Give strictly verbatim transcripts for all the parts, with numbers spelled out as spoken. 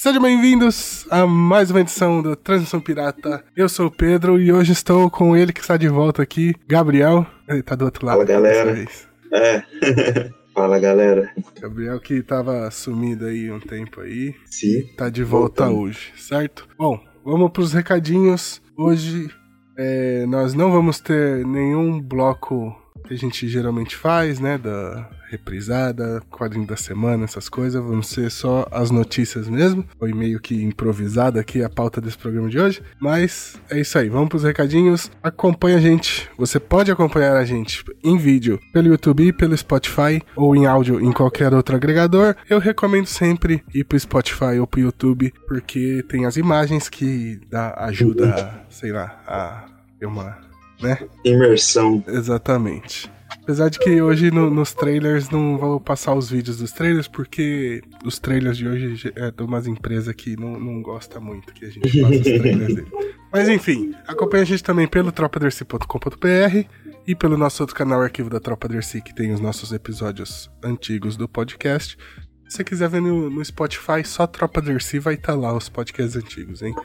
Sejam bem-vindos a mais uma edição do Transmissão Pirata. Eu sou o Pedro e hoje estou com ele que está de volta aqui, Gabriel. Ele tá do outro lado. Fala, galera. É. Fala, galera. Gabriel que tava sumido aí um tempo aí. Sim. Tá de volta voltando. Hoje, certo? Bom, vamos pros recadinhos. Hoje é, nós não vamos ter nenhum bloco que a gente geralmente faz, né, da reprisada, quadrinho da semana, essas coisas, vão ser só as notícias mesmo. Foi meio que improvisado aqui a pauta desse programa de hoje, mas é isso aí, vamos pros recadinhos. Acompanha a gente, você pode acompanhar a gente em vídeo pelo YouTube, pelo Spotify ou em áudio em qualquer outro agregador. Eu recomendo sempre ir pro Spotify ou pro YouTube, porque tem as imagens que dá ajuda, a, sei lá, a ter uma... né? Imersão. Exatamente. Apesar de que hoje no, nos trailers não vou passar os vídeos dos trailers, porque os trailers de hoje é de umas empresas que não, não gosta muito que a gente faça os trailers dele. Mas enfim, acompanha a gente também pelo tropa dercy ponto com ponto b r e pelo nosso outro canal Arquivo da Tropa Dercy, que tem os nossos episódios antigos do podcast. Se você quiser ver no, no Spotify, só Tropa Dercy vai estar lá os podcasts antigos, hein?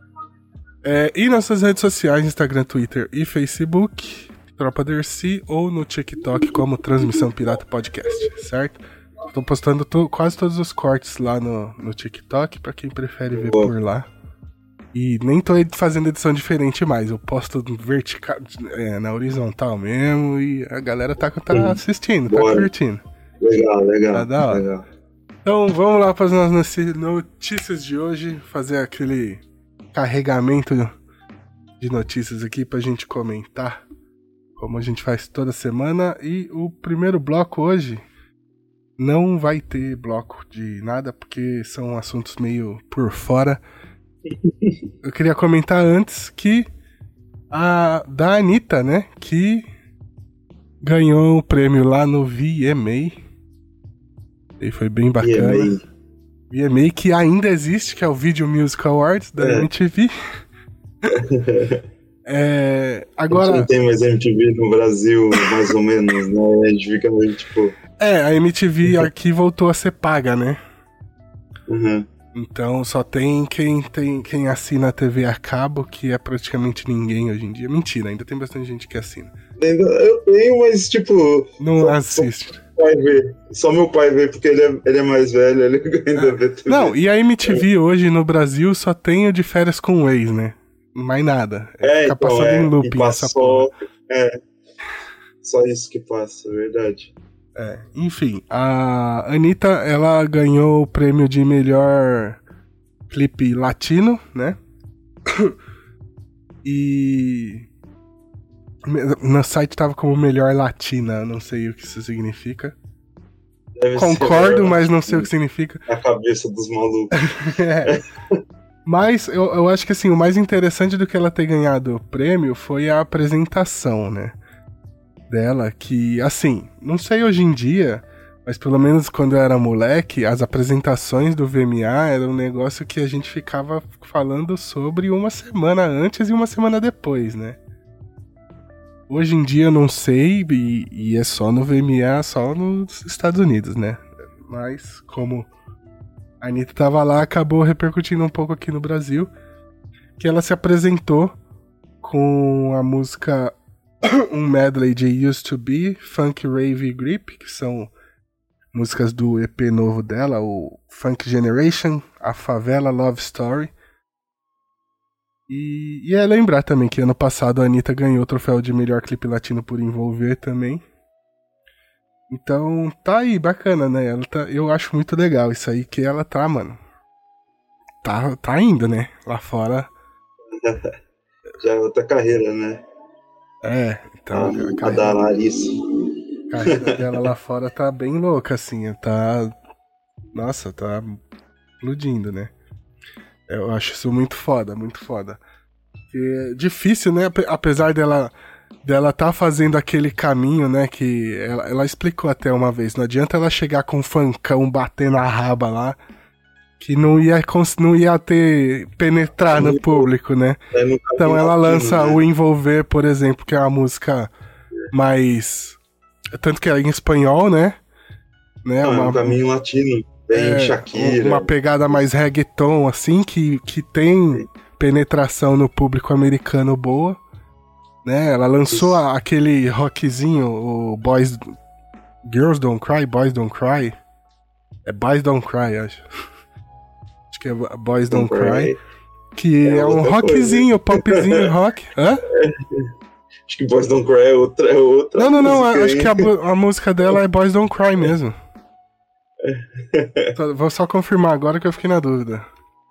É, e nossas redes sociais, Instagram, Twitter e Facebook, Tropa Dercy, ou no TikTok como Transmissão Pirata Podcast, certo? Tô postando to- quase todos os cortes lá no, no TikTok, pra quem prefere ver por lá. E nem tô fazendo edição diferente mais, eu posto vertical, é, na horizontal mesmo, e a galera tá, tá assistindo, tá Bora. curtindo. Legal, legal, tá da hora. legal. Então vamos lá para as nossas notícias de hoje, fazer aquele... carregamento de notícias aqui pra gente comentar, como a gente faz toda semana. E o primeiro bloco hoje não vai ter bloco de nada, porque são assuntos meio por fora. Eu queria comentar antes que a da Anitta, né, que ganhou o prêmio lá no V M A, e foi bem bacana. V M A. V M A, que ainda existe, que é o Video Music Awards da é. M T V. é, agora... A gente não tem mais M T V no Brasil, mais ou menos, né? A gente fica meio tipo... É, a M T V aqui voltou a ser paga, né? Uhum. Então só tem quem, tem quem assina a T V a cabo, que é praticamente ninguém hoje em dia. Mentira, ainda tem bastante gente que assina. Eu tenho, mas tipo... Não só, assiste. Só... Pai vê. Só meu pai vê, porque ele é, ele é mais velho, ele ainda ah, vê T V. Não, e a M T V é. hoje no Brasil só tem o de férias com o ex, né? Mais nada. É, Fica então, passando é, em looping passa essa porra. É, só isso que passa, é verdade. É, enfim, a Anitta, ela ganhou o prêmio de melhor clipe latino, né? E... no site tava como melhor latina, não sei o que isso significa. Deve Concordo, mas não sei o que significa. A cabeça dos malucos. é. Mas eu, eu acho que assim, o mais interessante do que ela ter ganhado o prêmio foi a apresentação, né? Dela, que assim, não sei hoje em dia, mas pelo menos quando eu era moleque, as apresentações do V M A era um negócio que a gente ficava falando sobre uma semana antes e uma semana depois, né? Hoje em dia eu não sei, e, e é só no V M A, só nos Estados Unidos, né? Mas como a Anitta tava lá, acabou repercutindo um pouco aqui no Brasil, que ela se apresentou com a música um medley de Used to Be, Funk, Rave e Grip, que são músicas do E P novo dela, o Funk Generation, A Favela Love Story. E, e é lembrar também que ano passado a Anitta ganhou o troféu de melhor clipe latino por Envolver também. Então tá aí, bacana, né? Ela tá, eu acho muito legal isso aí, que ela tá, mano. Tá, tá indo, né? Lá fora. Já é outra carreira, né? É, então. A, a da Larissa. A carreira dela lá fora tá bem louca, assim. Tá. Nossa, tá explodindo, né? Eu acho isso muito foda, muito foda. É difícil, né? Apesar dela dela tá fazendo aquele caminho, né? Que ela, ela explicou até uma vez. Não adianta ela chegar com um funkão batendo a raba lá, que não ia, não ia ter penetrar no público, né? Então ela lança o Envolver, por exemplo, que é uma música mais... Tanto que é em espanhol, né? né? Não, uma... é um caminho latino. Bem é, Shakira. Uma pegada mais reggaeton, assim, que, que tem Sim. penetração no público americano boa. Né? Ela lançou Isso. aquele rockzinho, o Boys... Girls Don't Cry, Boys Don't Cry. É Boys Don't Cry, acho. Acho que é Boys Don't, Don't Cry. Cry. Que é, é um rockzinho, coisa. popzinho rock. Hã? Acho que Boys Don't Cry é outra. É outra não, não, não. Acho que a, a música dela é Boys Don't Cry mesmo. Vou só confirmar agora que eu fiquei na dúvida.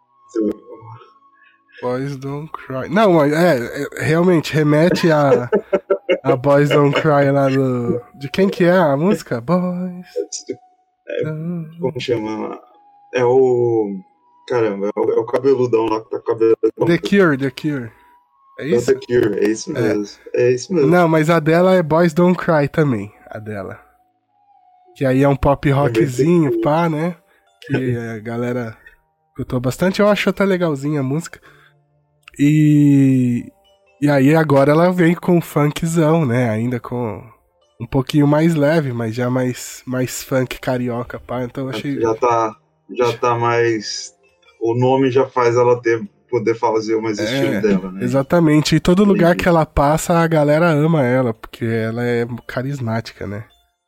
Boys Don't Cry. Não, mas é, é realmente remete a, a Boys Don't Cry lá do. De quem que é a música? Boys. É, como chama? É o. Caramba, é o, é o cabeludão lá que tá cabelo. The Cure, The Cure. É isso? É The Cure, é isso mesmo. É. é isso mesmo. Não, mas a dela é Boys Don't Cry também. A dela. Que aí é um pop rockzinho, pá, né? Que a galera escutou bastante. Eu acho até legalzinha a música. E. E aí agora ela vem com funkzão, né? Ainda com um pouquinho mais leve, mas já mais, mais funk carioca, pá. Então eu achei. Já tá, já tá mais. O nome já faz ela ter. Poder fazer mais é, estilo dela, né? Exatamente. E todo lugar que ela passa, a galera ama ela, porque ela é carismática, né?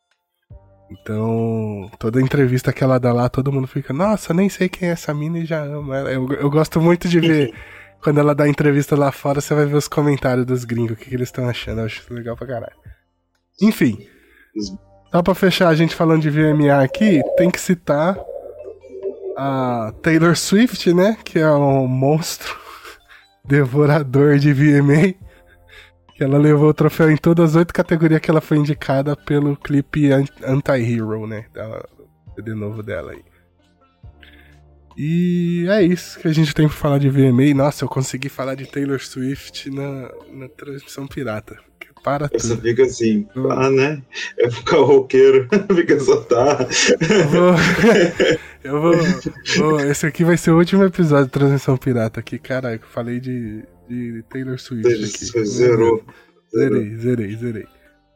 Então, toda entrevista que ela dá lá, todo mundo fica, nossa, nem sei quem é essa mina e já ama ela. Eu, eu gosto muito de ver, quando ela dá entrevista lá fora, você vai ver os comentários dos gringos, o que, que eles estão achando. Eu acho isso legal pra caralho. Enfim, só pra fechar a gente falando de V M A aqui, tem que citar a Taylor Swift, né? Que é um monstro devorador de V M A. Que ela levou o troféu em todas as oito categorias que ela foi indicada pelo clipe Anti-Hero, né? Do C D novo dela aí. E é isso que a gente tem pra falar de V M A. Nossa, eu consegui falar de Taylor Swift na, na transmissão pirata. Para tudo. Você fica assim, hum. ah, né? Eu vou ficar roqueiro, fica só tá. Eu vou. Eu vou, vou. Esse aqui vai ser o último episódio de Transmissão Pirata aqui. Caralho, eu falei de, de Taylor Swift aqui. Zerou. Zerei, zerei, zerei.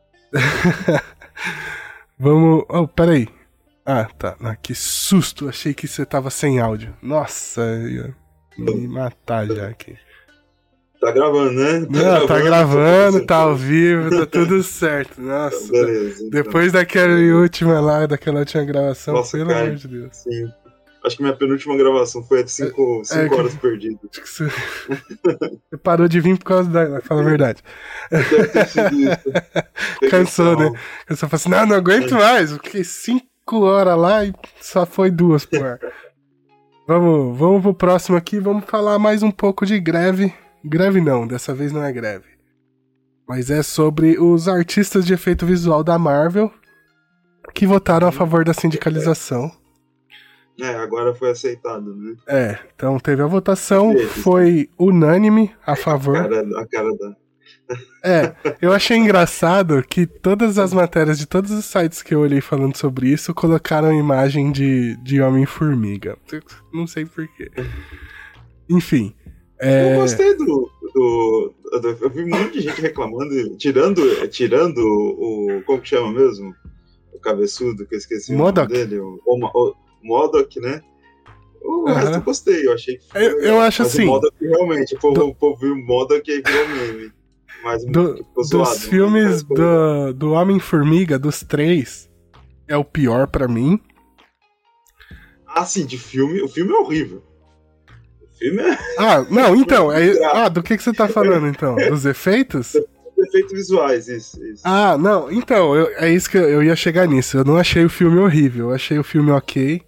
Vamos. Oh, peraí. Ah, tá. Ah, que susto. Achei que você tava sem áudio. Nossa, eu ia me matar já aqui. Tá gravando, né? Tá Não, gravando, tá gravando, tá ao vivo, tá tudo certo. Nossa. Beleza, então. Depois daquela última lá, daquela última gravação, Nossa, pelo cara, amor de Deus. Sim. Acho que minha penúltima gravação foi de cinco é, horas que, perdidas. Acho que você... você parou de vir por causa da. Fala a verdade. Deve ter sido isso. Cansou, né? Cansou, falou assim: não, não aguento mais. Eu fiquei cinco horas lá e só foi duas por ar. Vamos, vamos pro próximo aqui, vamos falar mais um pouco de greve. Greve não, dessa vez não é greve. Mas é sobre os artistas de efeito visual da Marvel que votaram a favor da sindicalização. É, agora foi aceitado, né? É, então teve a votação, foi unânime a favor. A cara, a cara da... É, eu achei engraçado que todas as matérias de todos os sites que eu olhei falando sobre isso colocaram imagem de, de Homem-Formiga. Não sei porquê. Enfim. É... Eu gostei do, do, do. Eu vi um monte de gente reclamando, tirando, tirando o. Como que chama mesmo? O cabeçudo, que eu esqueci Modok. o nome dele. O, o, o Modok, né? O uhum. resto eu gostei, eu achei que foi, Eu, eu acho assim. O Modok realmente, o povo, do... o povo viu o Modok e virou meme. Mas do, tipo, zoado, dos filmes do, do Homem-Formiga, dos três, é o pior pra mim. Ah, sim, de filme. O filme é horrível. Filme é... Ah, não, então. É... Ah, do que, que você tá falando, então? Dos efeitos? Dos efeitos visuais, isso. isso. Ah, não, então, eu, é isso que eu, eu ia chegar nisso. Eu não achei o filme horrível, eu achei o filme ok.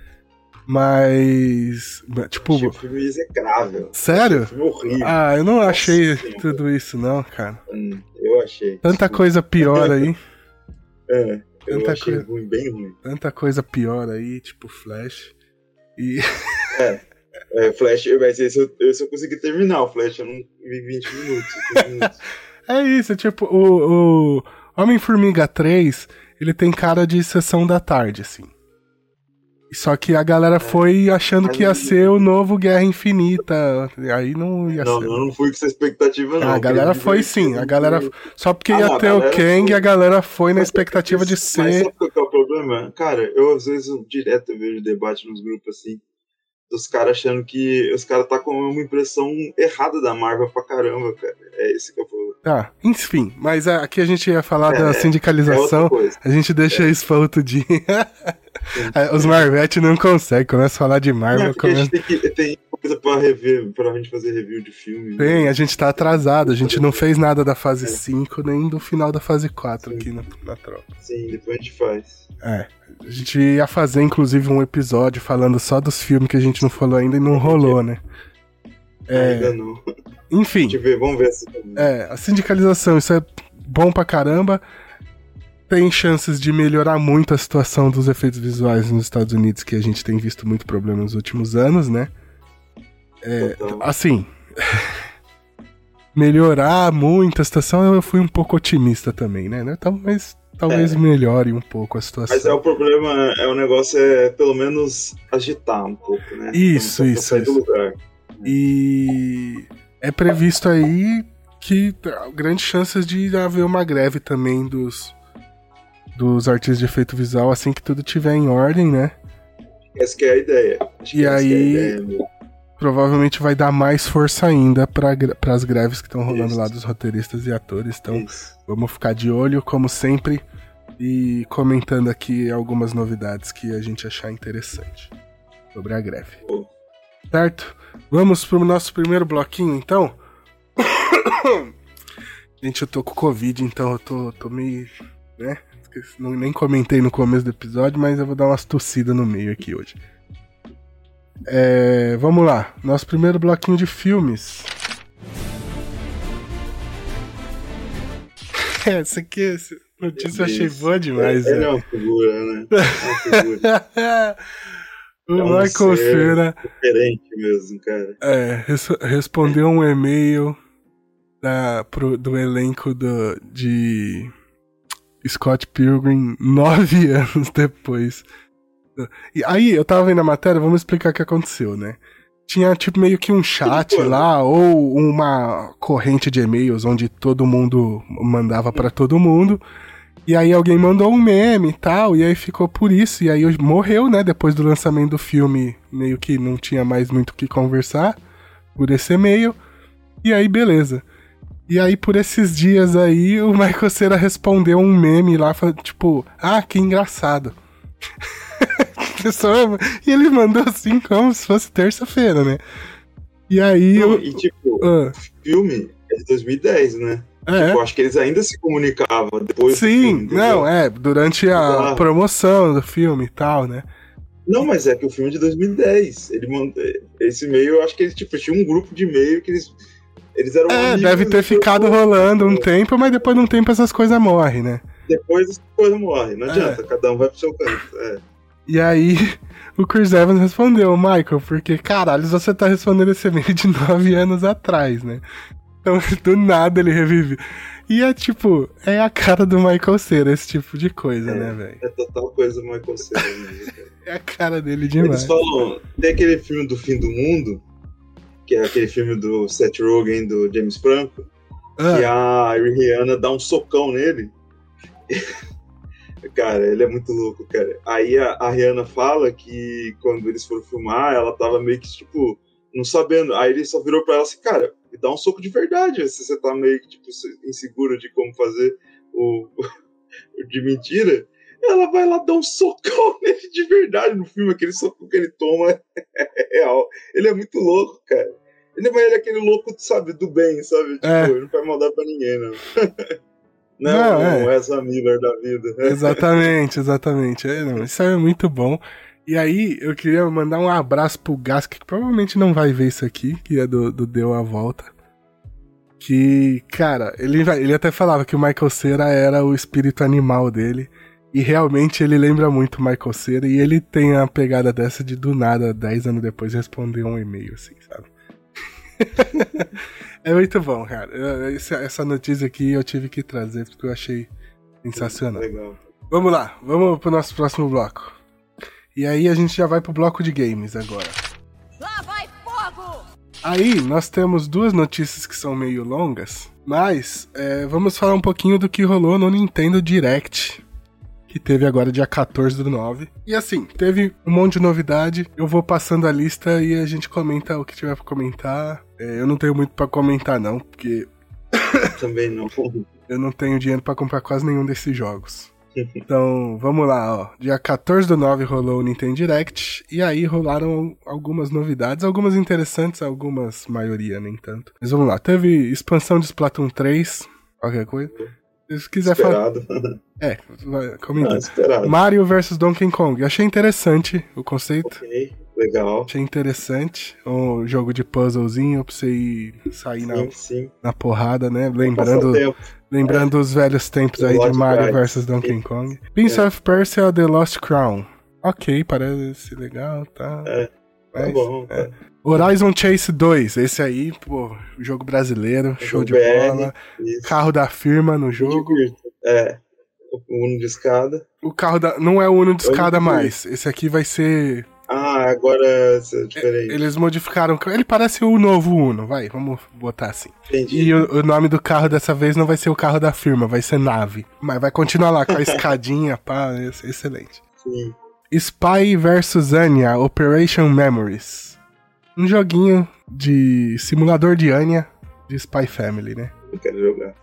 Mas. Tipo. Achei o filme execrável. Sério? Achei o filme horrível. Ah, eu não Nossa, achei sim, tudo isso, não, cara. Hum, eu achei. Tanta sim. coisa pior aí. É, eu Tanta achei coisa... ruim, bem ruim. Tanta coisa pior aí, tipo Flash. E. É. É, Flash, mas esse eu, esse eu consegui terminar o Flash, eu não vi vinte minutos, minutos. É isso, tipo, o, o Homem-Formiga três, ele tem cara de sessão da tarde, assim. Só que a galera foi achando que ia ser o novo Guerra Infinita. Aí não ia não, ser. Não, não fui com essa expectativa, não. A galera foi sim. A galera... Só porque ia ah, ter o Kang, foi... a galera foi na expectativa de ser. Mas sabe qual que é o problema? Cara, eu às vezes eu, direto eu vejo debate nos grupos assim, dos caras achando que os caras tá com uma impressão errada da Marvel pra caramba, cara. É esse que eu vou. Tá, enfim, mas aqui a gente ia falar é, da sindicalização, é a gente deixa é. isso pra outro dia. Os Marvete não conseguem, começa a falar de Marvel. Não, começa... a gente tem, que, tem coisa pra rever, pra gente fazer review de filme. Tem, né? A gente tá atrasado, a gente não fez nada da fase é. cinco, nem do final da fase quatro. Sim. Aqui na, na tropa. Sim, depois a gente faz. É, a gente ia fazer inclusive um episódio falando só dos filmes que a gente não falou ainda e não rolou, né? É... Ainda não. Enfim. Ver, vamos ver se... É, a sindicalização, isso é bom pra caramba. Tem chances de melhorar muito a situação dos efeitos visuais nos Estados Unidos, que a gente tem visto muito problema nos últimos anos, né? É, assim, melhorar muito a situação, eu fui um pouco otimista também, né? Mas talvez é. melhore um pouco a situação. Mas é o problema, é o negócio é pelo menos agitar um pouco, né? Isso, então, isso. isso. Lugar. E é previsto aí que grandes chances de haver uma greve também dos, dos artistas de efeito visual assim que tudo estiver em ordem, né? Essa que é a ideia. Acho e aí, é ideia, provavelmente vai dar mais força ainda para as greves que estão rolando Isso. lá dos roteiristas e atores. Então, Isso. vamos ficar de olho, como sempre, e comentando aqui algumas novidades que a gente achar interessante sobre a greve. Oh. Certo? Vamos pro nosso primeiro bloquinho, então? Gente, eu tô com Covid, então eu tô, tô meio... né? Não, nem comentei no começo do episódio, mas eu vou dar umas tossidas no meio aqui hoje. É, vamos lá. Nosso primeiro bloquinho de filmes. Essa aqui, essa notícia eu achei boa demais. Ele é, é uma figura, né? É uma figura. O é um Michael Cera diferente mesmo, cara. É, res- respondeu um e-mail da, pro, do elenco do, de Scott Pilgrim nove anos depois. E aí, eu tava vendo a matéria, vamos explicar o que aconteceu, né? Tinha tipo meio que um chat lá, ou uma corrente de e-mails onde todo mundo mandava pra todo mundo. E aí alguém mandou um meme e tal, e aí ficou por isso, e aí morreu, né, depois do lançamento do filme, meio que não tinha mais muito o que conversar, por esse e-mail, e aí beleza. E aí por esses dias aí, o Michael Cera respondeu um meme lá, tipo, ah, que engraçado. E ele mandou assim como se fosse terça-feira, né? E aí... Não, eu... E tipo, ah. o filme é de dois mil e dez, né? É. Tipo, acho que eles ainda se comunicavam depois Sim, do filme. Não, é, durante a ah. promoção do filme e tal, né? Não, mas é que o filme é de dois mil e dez. Ele manda, esse e-mail, eu acho que eles tipo, tinha um grupo de e-mail que eles, eles eram É, deve ter ficado rolando um tempo, mas depois de um tempo essas coisas morrem, né? Depois essas coisas morrem, não adianta, é. cada um vai pro seu canto. É. E aí, o Chris Evans respondeu, Michael, porque, caralho, você tá respondendo esse e-mail de nove anos atrás, né? Então, do nada ele revive. E é tipo, é a cara do Michael Cera, esse tipo de coisa, é, né, velho? É total coisa do Michael Cera mesmo, cara. É a cara dele demais. Eles falam, tem aquele filme do Fim do Mundo, que é aquele filme do Seth Rogen, do James Franco, ah. que a Rihanna dá um socão nele. Cara, ele é muito louco, cara. Aí a, a Rihanna fala que quando eles foram filmar, ela tava meio que, tipo, não sabendo. Aí ele só virou pra ela assim, cara, me dá um soco de verdade, se você tá meio que, tipo, inseguro de como fazer o, o de mentira. Ela vai lá dar um socão nele de verdade no filme, aquele soco que ele toma é real. Ele é muito louco, cara. Ele, ele é aquele louco, sabe, do bem, sabe? Tipo, é. ele não faz maldade pra ninguém, não. Não, não, é. não, Ezra Miller da vida. Exatamente, exatamente. É, não, isso é muito bom. E aí, eu queria mandar um abraço pro Gas, que provavelmente não vai ver isso aqui, que é do, do Deu a Volta. Que, cara, ele, ele até falava que o Michael Cera era o espírito animal dele. E realmente ele lembra muito o Michael Cera. E ele tem a pegada dessa de do nada, dez anos depois, responder um e-mail, assim, sabe? É muito bom, cara. Essa notícia aqui eu tive que trazer porque eu achei sensacional. Legal. Vamos lá, vamos pro nosso próximo bloco. E aí a gente já vai pro bloco de games agora. Lá vai fogo! Aí nós temos duas notícias que são meio longas, mas é, vamos falar um pouquinho do que rolou no Nintendo Direct, que teve agora dia quatorze do nove. E assim, teve um monte de novidade. Eu vou passando a lista e a gente comenta o que tiver pra comentar. É, eu não tenho muito pra comentar não, porque... Também não. Eu não tenho dinheiro pra comprar quase nenhum desses jogos. Então, vamos lá, ó. Dia quatorze do nove rolou o Nintendo Direct, e aí rolaram algumas novidades, algumas interessantes, algumas maioria nem tanto. Mas vamos lá, teve expansão de Splatoon três, qualquer coisa. Se quiser falar... É, vai comentar. Ah, Mario versus Donkey Kong. Achei interessante o conceito. Ok, legal. Achei interessante. Um jogo de puzzlezinho pra você ir sair sim, na, sim. na porrada, né? Lembrando... Lembrando é. os velhos tempos aí de Mario versus Donkey Kong. Prince é. of Persia The Lost Crown. Ok, parece legal, tá? É, Mas, tá bom. É. Horizon Chase dois, esse aí, pô, jogo brasileiro, é show de B R, bola. Isso. Carro da firma no jogo. É, o Uno de escada. O carro da... Não é o Uno de escada mais, esse aqui vai ser... Ah, agora é diferente. Eles modificaram. Ele parece o novo Uno, vai, vamos botar assim. Entendi. E o, o nome do carro dessa vez não vai ser o carro da firma, vai ser nave. Mas vai continuar lá com a escadinha, pá, excelente. Sim. Spy versus. Anya, Operation Memories. Um joguinho de simulador de Anya, de Spy Family, né? Eu quero jogar.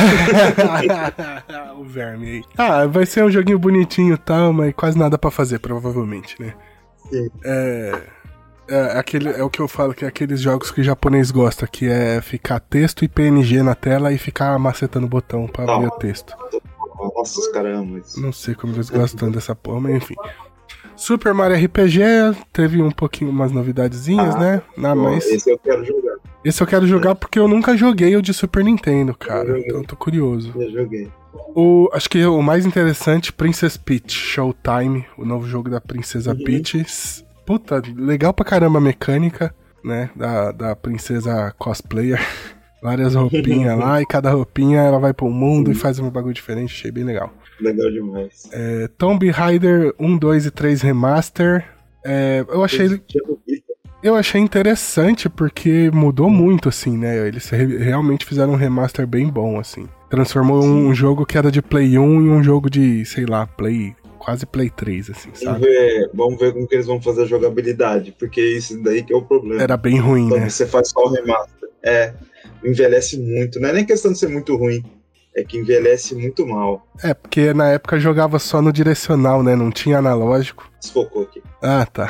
O verme aí. Ah, vai ser um joguinho bonitinho e tal, mas quase nada pra fazer, provavelmente, né? Sim. É, é, aquele, é o que eu falo, que é aqueles jogos que o japonês gosta, que é ficar texto e P N G na tela e ficar macetando o botão pra Não. ver o texto. Nossa, caramba. Isso. Não sei como eles gostam dessa porra, mas enfim. Super Mario R P G teve um pouquinho umas novidadezinhas, ah, né? Não, bom, mas... Esse eu quero jogar. Esse eu quero jogar porque eu nunca joguei o de Super Nintendo, cara. Então eu tô curioso. Eu joguei. O, acho que o mais interessante, Princess Peach Showtime, o novo jogo da Princesa uhum. Peach. Puta, legal pra caramba a mecânica, né? Da, da princesa cosplayer. Várias roupinhas lá, e cada roupinha ela vai pro mundo Sim. e faz um bagulho diferente. Achei bem legal. Legal demais. É, Tomb Raider um, dois e três Remaster. É, eu achei... Eu achei interessante porque mudou muito, assim, né? Eles re- realmente fizeram um remaster bem bom, assim. Transformou Sim. um jogo que era de Play um em um jogo de, sei lá, Play... Quase Play três, assim, vamos sabe? Ver, vamos ver como que eles vão fazer a jogabilidade, porque isso daí que é o problema. Era bem ruim, Quando né? você faz só o remaster. É, envelhece muito. Não é nem questão de ser muito ruim, é que envelhece muito mal. É, porque na época jogava só no direcional, né? Não tinha analógico. Desfocou aqui. Ah, tá.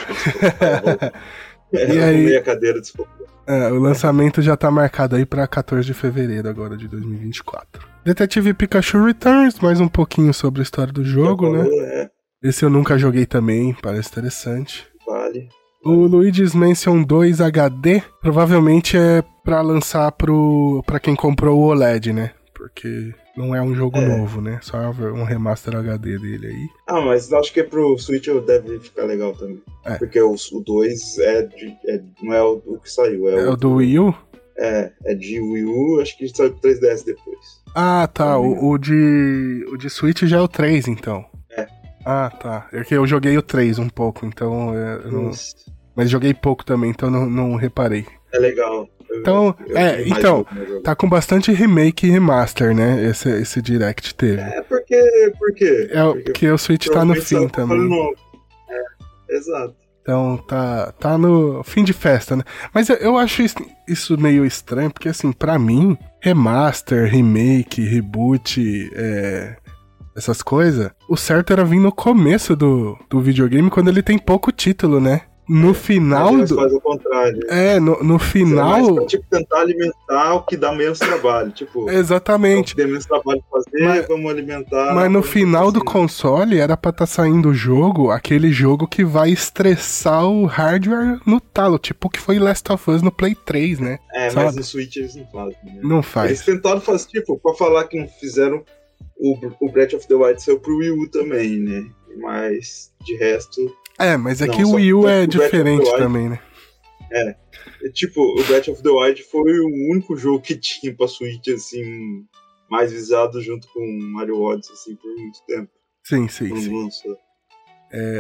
É, e aí, a cadeira desfocou. É, o lançamento já tá marcado aí pra quatorze de fevereiro agora de dois mil e vinte e quatro. Detetive Pikachu Returns, mais um pouquinho sobre a história do jogo, falou, né? É. Esse eu nunca joguei também, parece interessante. Vale. O Luigi's Mansion dois H D provavelmente é pra lançar pro, pra quem comprou o O L E D, né? Porque não é um jogo é. novo, né? Só um remaster H D dele aí. Ah, mas acho que é pro Switch deve ficar legal também. É. Porque o dois é, de, é não é o, o que saiu. É, é o, o do Wii U? É, é de Wii U, acho que saiu pro três D S depois. Ah, tá. O, o, de, o de Switch já é o três, então. É. Ah, tá. É que eu joguei o três um pouco, então... Eu não... Mas joguei pouco também, então não, não reparei. É legal. Então, eu, eu é, então, tá com bastante remake e remaster, né? Esse, esse Direct teve. É, porque... Por quê? É, porque, porque o Switch tá no fim também. Novo. É, exato. Então, tá, tá no fim de festa, né? Mas eu, eu acho isso, isso meio estranho, porque, assim, pra mim, remaster, remake, reboot, é, essas coisas, o certo era vir no começo do, do videogame, quando ele tem pouco título, né? No final do... faz o contrário. É, no, no final... É mais pra, tipo, tentar alimentar o que dá menos trabalho, tipo... Exatamente. O que tem menos trabalho pra fazer, mas, vamos alimentar... Mas no final do console era pra estar tá saindo o jogo, aquele jogo que vai estressar o hardware no talo, tipo o que foi Last of Us no Play três, né? É, sabe? Mas no Switch eles não fazem, né? Não faz. Eles tentaram fazer, tipo, pra falar que não fizeram, o, o Breath of the Wild saiu pro Wii U também, né? Mas, de resto... É, mas é não, que o Wii U é o diferente também, né? É. Tipo, o Breath of the Wild foi o único jogo que tinha pra Switch, assim, mais visado junto com Mario Odyssey, assim, por muito tempo. Sim, sim, sim. É,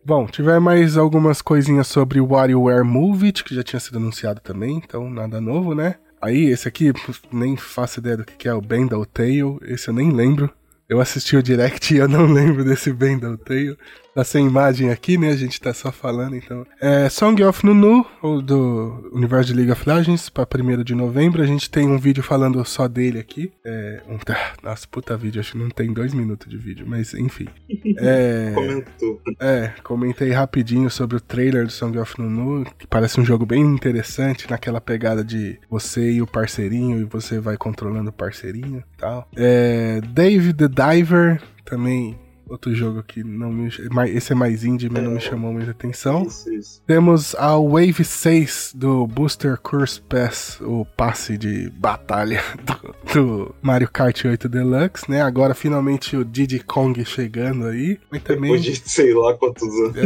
Bom, tiver mais algumas coisinhas sobre o WarioWare Move It, que já tinha sido anunciado também, então nada novo, né? Aí, esse aqui, nem faço ideia do que é o Bend or Tail, esse eu nem lembro. Eu assisti o Direct e eu não lembro desse Bend or Tail. Tá sem imagem aqui, né? A gente tá só falando, então. É Song of Nunu, ou do universo de League of Legends, pra primeiro de novembro. A gente tem um vídeo falando só dele aqui. É, um, nossa, puta vídeo, acho que não tem dois minutos de vídeo, mas enfim. É, Comentou. É, comentei rapidinho sobre o trailer do Song of Nunu, que parece um jogo bem interessante, naquela pegada de você e o parceirinho, e você vai controlando o parceirinho e tal. É, Dave the Diver, também... Outro jogo que não me... Esse é mais indie, mas é, não me chamou muita atenção. Isso, isso. Temos a Wave seis do Booster Curse Pass, o passe de batalha do, do Mario Kart oito Deluxe, né? Agora finalmente o Diddy Kong chegando aí. Mas também... Depois de sei lá quantos anos.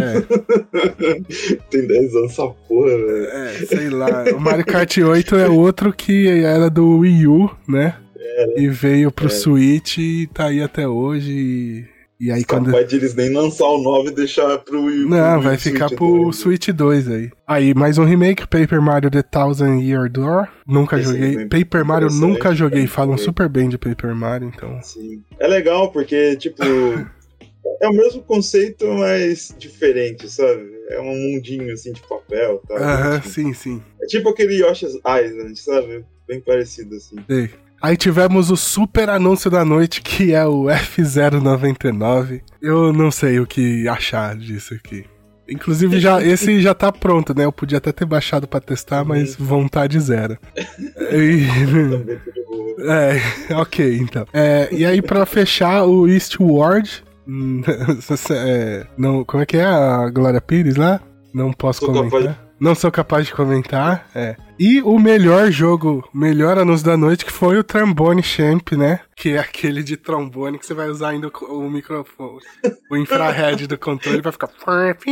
É. Tem dez anos essa porra, velho. É, sei lá. O Mario Kart oito é outro que era do Wii U, né? Era. E veio pro É. Switch e tá aí até hoje e... E aí quando... Capaz de eles nem lançar o nove e deixar pro Wii. Não, pro vai Switch ficar pro também. Switch dois aí. Aí, mais um remake, Paper Mario The Thousand Year Door. Nunca Esse joguei. é bem Paper Mario interessante, nunca joguei. né? Falam Joguei. super bem de Paper Mario, então... Sim. É legal porque, tipo, é o mesmo conceito, mas diferente, sabe? É um mundinho assim de papel, tá? Aham, Tipo, sim, sim. é tipo aquele Yoshi's Island, sabe? Bem parecido assim. Sei. Aí tivemos o super anúncio da noite, que é o F zero noventa e nove. Eu não sei o que achar disso aqui. Inclusive, já, esse já tá pronto, né? Eu podia até ter baixado pra testar, mas vontade zero. E... Também tô de boa. É, ok, então. É, e aí, pra fechar, o Eastward... hum, é, não, como é que é a Glória Pires lá? Não posso Sou comentar. capaz Não sou capaz de comentar, é. E o melhor jogo, melhor anúncio da noite, que foi o Trombone Champ, né? Que é aquele de trombone que você vai usar ainda o, o microfone. O infrared do controle vai ficar...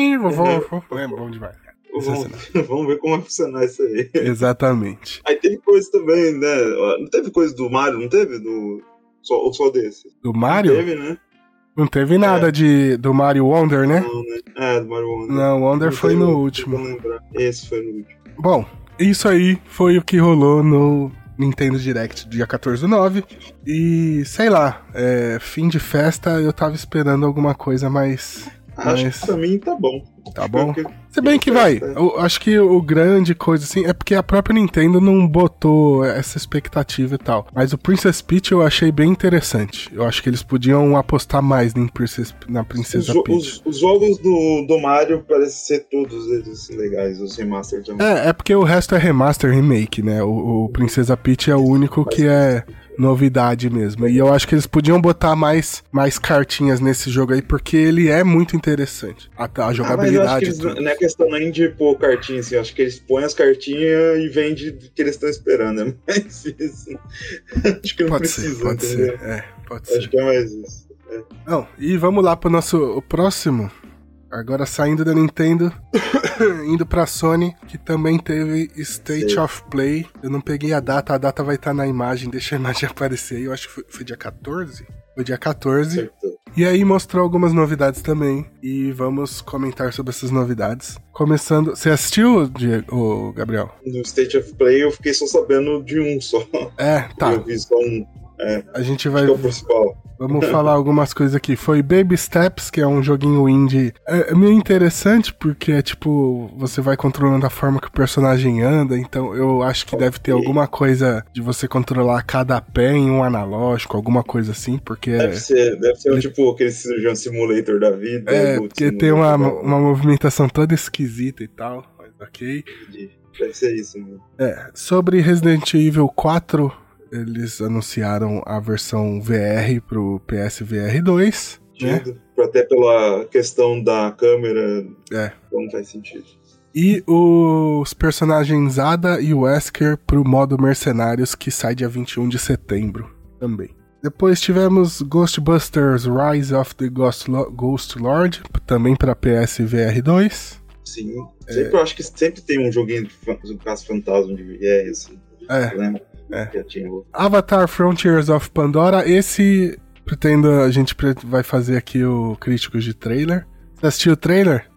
É bom demais. Vamos, vamos ver como vai funcionar isso aí. Exatamente. Aí teve coisa também, né? Não teve coisa do Mario, não teve? Do... Só, ou só desse? Do Mario? Não teve, né? Não teve nada É. de, do Mario Wonder, né? Não, né? É, do Mario Wonder. Não, o Wonder foi teve, no não último. tô lembrar. Esse foi no último. Bom, isso aí foi o que rolou no Nintendo Direct dia quatorze do nove. E, sei lá, é, fim de festa, eu tava esperando alguma coisa mais... Acho mais... que pra mim tá bom. Tá bom? Porque- Se bem que vai, eu acho que o grande coisa assim é porque a própria Nintendo não botou essa expectativa e tal. Mas o Princess Peach eu achei bem interessante. Eu acho que eles podiam apostar mais em Princess, na Os, Princesa jo- Peach. os- os jogos do, do Mario parecem ser todos eles legais, os remaster também. É, é porque o resto é remaster, remake, né? O, o Princesa Peach é o único que é novidade mesmo. E eu acho que eles podiam botar mais, mais cartinhas nesse jogo aí, porque ele é muito interessante. A, a Ah, mas eu acho que jogabilidade. eles, tudo. não é questão nem de pôr cartinha, assim, eu acho que eles põem as cartinhas e vendem o que eles estão esperando. É mais isso. Acho que não Pode precisa, ser, pode entendeu? ser. É, pode Acho ser. que é mais isso. É. Não, e vamos lá pro nosso o próximo. Agora saindo da Nintendo, indo pra Sony, que também teve State Sim. of Play. Eu não peguei a data, a data vai estar na imagem, deixa a imagem aparecer aí. Eu acho que foi, foi dia quatorze? Foi dia quatorze. Acertou. E aí mostrou algumas novidades também. E vamos comentar sobre essas novidades. Começando. Você assistiu, Diego, ô, Gabriel? No State of Play eu fiquei só sabendo de um só. É, tá. Eu vi só um. É, A gente acho vai. que é o principal. Vamos falar algumas coisas aqui. Foi Baby Steps, que é um joguinho indie. É é meio interessante porque é tipo, você vai controlando a forma que o personagem anda, então eu acho que deve ter alguma coisa de você controlar cada pé em um analógico, alguma coisa assim, porque é, Deve ser, deve ser um, tipo aquele cirurgião simulator da vida. é Boot porque tem uma, Simulator da- uma movimentação toda esquisita e tal, mas ok. Deve ser isso, mano. É, sobre Resident Evil quatro, eles anunciaram a versão V R pro P S V R dois, né? Sentido. Até pela questão da câmera, É. não faz sentido. E os personagens Ada e Wesker pro modo Mercenários, que sai dia vinte e um de setembro também. Depois tivemos Ghostbusters Rise of the Ghost, Lo- Ghost Lord, também para P S V R dois. Sim. Sempre eu acho que sempre tem um joguinho de fan- um caso fantasma de V R, assim. É, Lembra? é. Já tinha outro. Avatar Frontiers of Pandora, esse pretendo, a gente pre- vai fazer aqui o Críticos de Trailer. Você assistiu o trailer?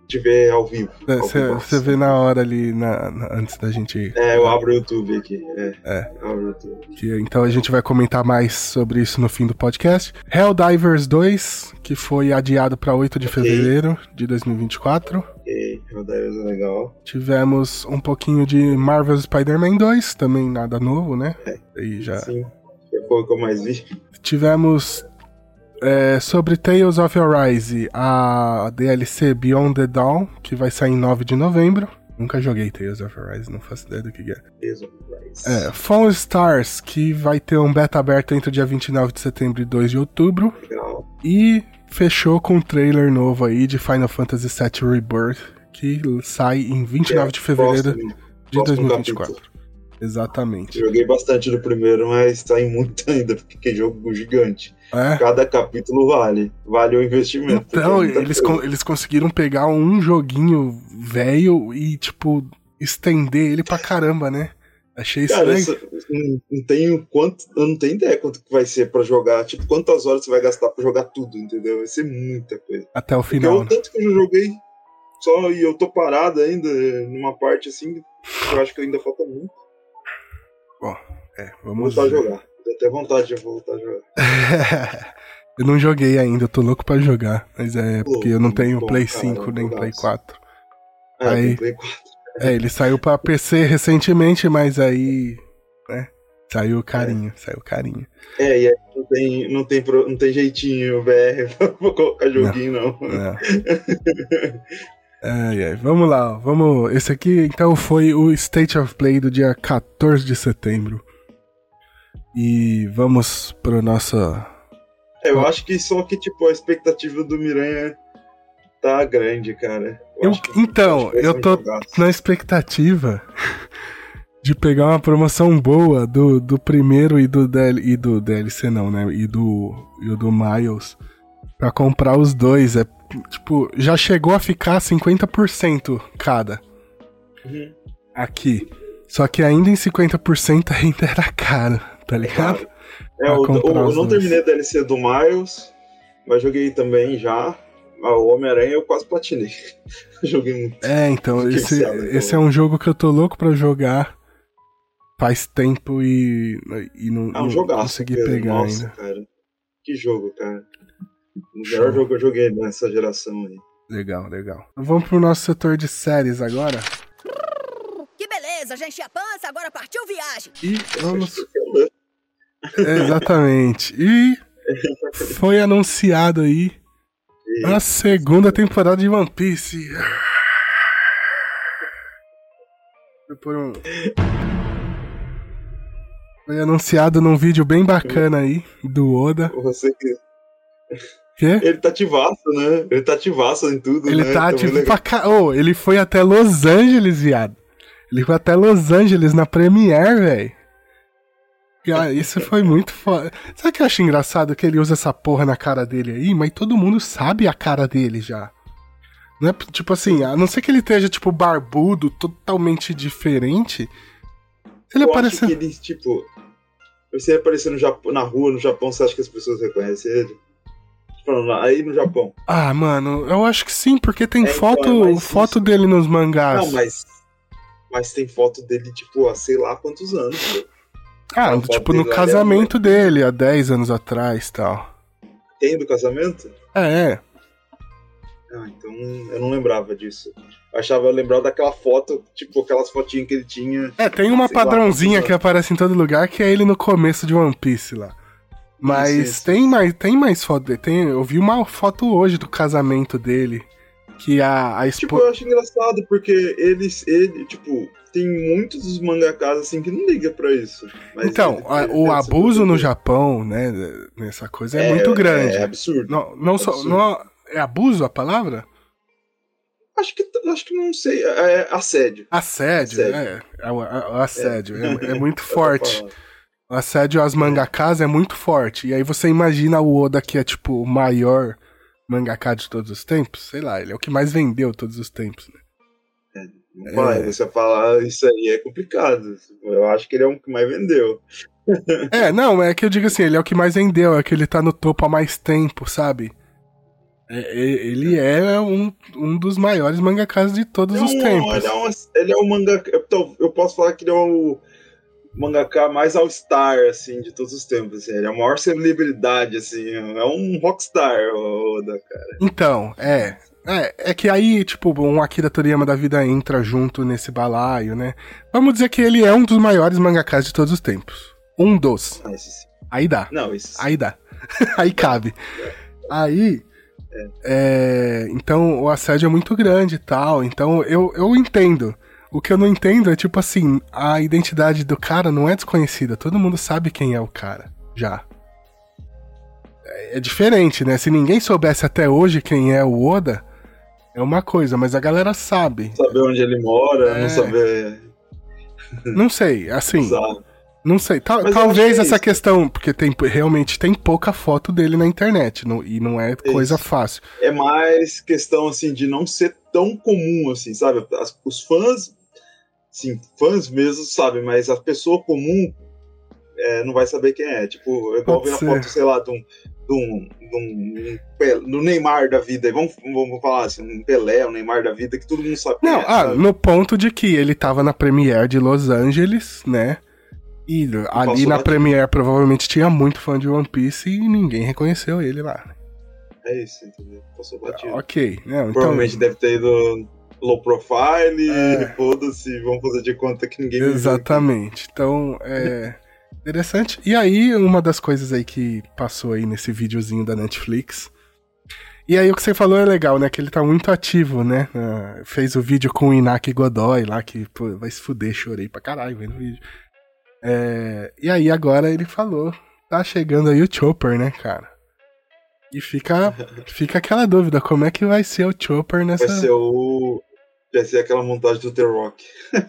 de ver ao vivo. Você vê na hora ali, na, na, antes da gente... É, eu abro o YouTube aqui. É, é. Eu abro o YouTube. Que, então a gente vai comentar mais sobre isso no fim do podcast. Helldivers dois, que foi adiado para oito de okay. fevereiro de dois mil e vinte e quatro. Ok, Helldivers é legal. Tivemos um pouquinho de Marvel Spider-Man dois, também nada novo, né? É, Aí já... sim, foi o que eu mais vi. Tivemos... É, sobre Tales of Arise, a D L C Beyond the Dawn, que vai sair em nove de novembro. Nunca joguei Tales of Arise, não faço ideia do que é. Tales of Arise. É, Fall Stars, que vai ter um beta aberto entre o dia vinte e nove de setembro e dois de outubro. Legal. E fechou com um trailer novo aí de Final Fantasy sete Rebirth, que sai em vinte e nove de fevereiro próximo, de dois mil e vinte e quatro. Capítulo. Exatamente. Joguei bastante do primeiro, mas tá em muito ainda, porque é jogo gigante. É? Cada capítulo vale. Vale o investimento. Então, eles, con- eles conseguiram pegar um joguinho velho e, tipo, estender ele pra caramba, né? Achei isso Cara, legal. essa, não, não tenho quanto, eu não tenho ideia quanto que vai ser pra jogar. Tipo, quantas horas você vai gastar pra jogar tudo, entendeu? Vai ser muita coisa. Até o Porque final. eu, tanto que eu já joguei só e eu tô parado ainda numa parte assim, eu acho que ainda falta muito. Bom, é, vamos voltar a jogar. Deu até vontade de voltar a jogar. Eu não joguei ainda, eu tô louco pra jogar. Mas é Pô, porque eu não tenho bom, Play cara, cinco nem jogaço. Play quatro. É, Aí- tem Play quatro. É, ele saiu pra P C recentemente, mas aí, né, saiu carinho, saiu carinho. É, e aí não tem, não tem, pro- não tem jeitinho V R pra colocar joguinho, não. Não. Ai, ai, vamos lá, ó, vamos. Esse aqui então foi o State of Play do dia quatorze de setembro. E vamos pro nosso. É, eu acho que só que, tipo, a expectativa do Miranha tá grande, cara. Eu- acho que- então, acho que vai eu ser um tô jogaço. na expectativa de pegar uma promoção boa do, do primeiro e do, D L, e do D L C não, né? E do, e o do Miles pra comprar os dois. É, tipo, já chegou a ficar cinquenta por cento cada Uhum. aqui. Só que ainda em cinquenta por cento ainda era caro, tá ligado? É, Pra o, o, comprar eu os não dois. terminei a D L C do Miles, mas joguei também já. Ah, o Homem-Aranha eu quase platinei. Joguei muito. É, então, Fiquei esse, viciado, então. esse é um jogo que eu tô louco pra jogar faz tempo e, e não, Ah, um não jogaço. consegui cara. pegar Nossa, ainda. cara. Que jogo, cara. O Show. melhor jogo que eu joguei nessa geração aí. Legal, legal. Vamos pro nosso setor de séries agora. Que beleza, já enchi a pança, agora partiu viagem. E vamos. Eu- Exatamente. E foi anunciado aí a segunda temporada de One Piece. Foi por um- Foi anunciado num vídeo bem bacana aí do Oda. Você que... Quê? Ele tá ativaço, né? Ele tá ativaço em tudo, Ele né? tá muito ativo legal. pra cá. Ô, ele foi até Los Angeles, viado. Ele foi até Los Angeles na Premiere, velho. Cara, isso foi muito foda. Sabe o que eu acho engraçado? Que ele usa essa porra na cara dele aí, mas todo mundo sabe a cara dele já. Não é tipo assim, a não ser que ele esteja, tipo, barbudo, totalmente diferente. Ele Eu aparece. acho que ele, tipo... Se ele aparecer no Japão, na rua, no Japão, você acha que as pessoas reconhecem ele? Falando, aí no Japão. Ah, mano, eu acho que sim, porque tem É, foto, então, é mais foto isso. dele nos mangás. Não, mas... Mas tem foto dele, tipo, há sei lá quantos anos. Pô. Ah, a foto tipo, dele no lá, casamento dele, há dez anos atrás e tal. Tem do casamento? É, é. Ah, então eu não lembrava disso. Eu achava, eu lembrava daquela foto, tipo, aquelas fotinhas que ele tinha. É, tem uma Sei lá, padrãozinha quantos que aparece em todo lugar, que é ele no começo de One Piece lá. Mas Isso, isso. tem mais, tem mais foto dele. Tem, eu vi uma foto hoje do casamento dele. Que a, a Tipo, esposa. eu acho engraçado, porque eles, ele, tipo, tem muitos dos mangakas assim que não ligam pra isso. Mas Então, ele- a- ele o deve abuso ser no muito- Japão, né, nessa coisa é, muito grande. É absurdo. Não, não só. absurdo. Não, é abuso a palavra? Acho que, acho que não sei. É assédio. Assédio, Assédio. é. é o, a- o assédio. É, é muito Eu tô forte. falando. O assédio às mangakas é muito forte. E aí você imagina o Oda, que é tipo o maior mangaka de todos os tempos. Sei lá, ele é o que mais vendeu todos os tempos, né? Não vai, você falar isso aí é complicado. Eu acho que ele é um que mais vendeu. É, não, é que eu digo assim, ele é o que mais vendeu, é que ele tá no topo há mais tempo, sabe? É, ele é um, um dos maiores mangakas de todos ele os é um, tempos. Ele é, um, ele é um mangaka. Então, eu posso falar que ele é o mangaka mais all-star, assim, de todos os tempos. Assim. Ele é a maior celebridade, assim. É um rockstar, o Oda, cara. Então, é. É, é que aí, tipo, um Akira Toriyama da vida entra junto nesse balaio, né? Vamos dizer que ele é um dos maiores mangakas de todos os tempos. Um dos. Ah, esse sim. Aí dá. Não, esse sim. Aí dá. Aí cabe. Aí. É. É, então, o assédio é muito grande e tal. Então, eu, eu entendo. O que eu não entendo é, tipo assim, a identidade do cara não é desconhecida. Todo mundo sabe quem é o cara. Já. É, é diferente, né? Se ninguém soubesse até hoje quem é o Oda, é uma coisa, mas a galera sabe. Saber onde ele mora, é... não saber. Não sei, assim. Exato. Não sei, tal, talvez que é essa isso. questão, porque tem, realmente tem pouca foto dele na internet, não, e não é coisa isso. fácil. É mais questão, assim, de não ser tão comum, assim, sabe? As, os fãs, sim, fãs mesmo sabem, mas a pessoa comum é, não vai saber quem é. Tipo, eu vou ver a foto, sei lá, de um, de um, de um, um do Neymar da vida, vamos, vamos falar assim, um Pelé, um Neymar da vida, que todo mundo sabe quem não, é. Ah, sabe? No ponto de que ele tava na Premiere de Los Angeles, né? E ali na Premiere provavelmente tinha muito fã de One Piece e ninguém reconheceu ele lá. É isso, entendeu? Passou batido. Ok. Não, provavelmente então... deve ter ido low profile é... e foda-se, vamos fazer de conta que ninguém Exatamente. Então, é interessante. E aí, uma das coisas aí que passou aí nesse videozinho da Netflix. E aí o que você falou é legal, né? Que ele tá muito ativo, né? Uh, fez o vídeo com o Inaki Godoy lá, que pô, vai se fuder, chorei pra caralho vendo o vídeo. É, e aí agora ele falou, tá chegando aí o Chopper, né, cara? E fica, fica aquela dúvida, como é que vai ser o Chopper nessa... Vai ser o... Vai ser aquela montagem do The Rock.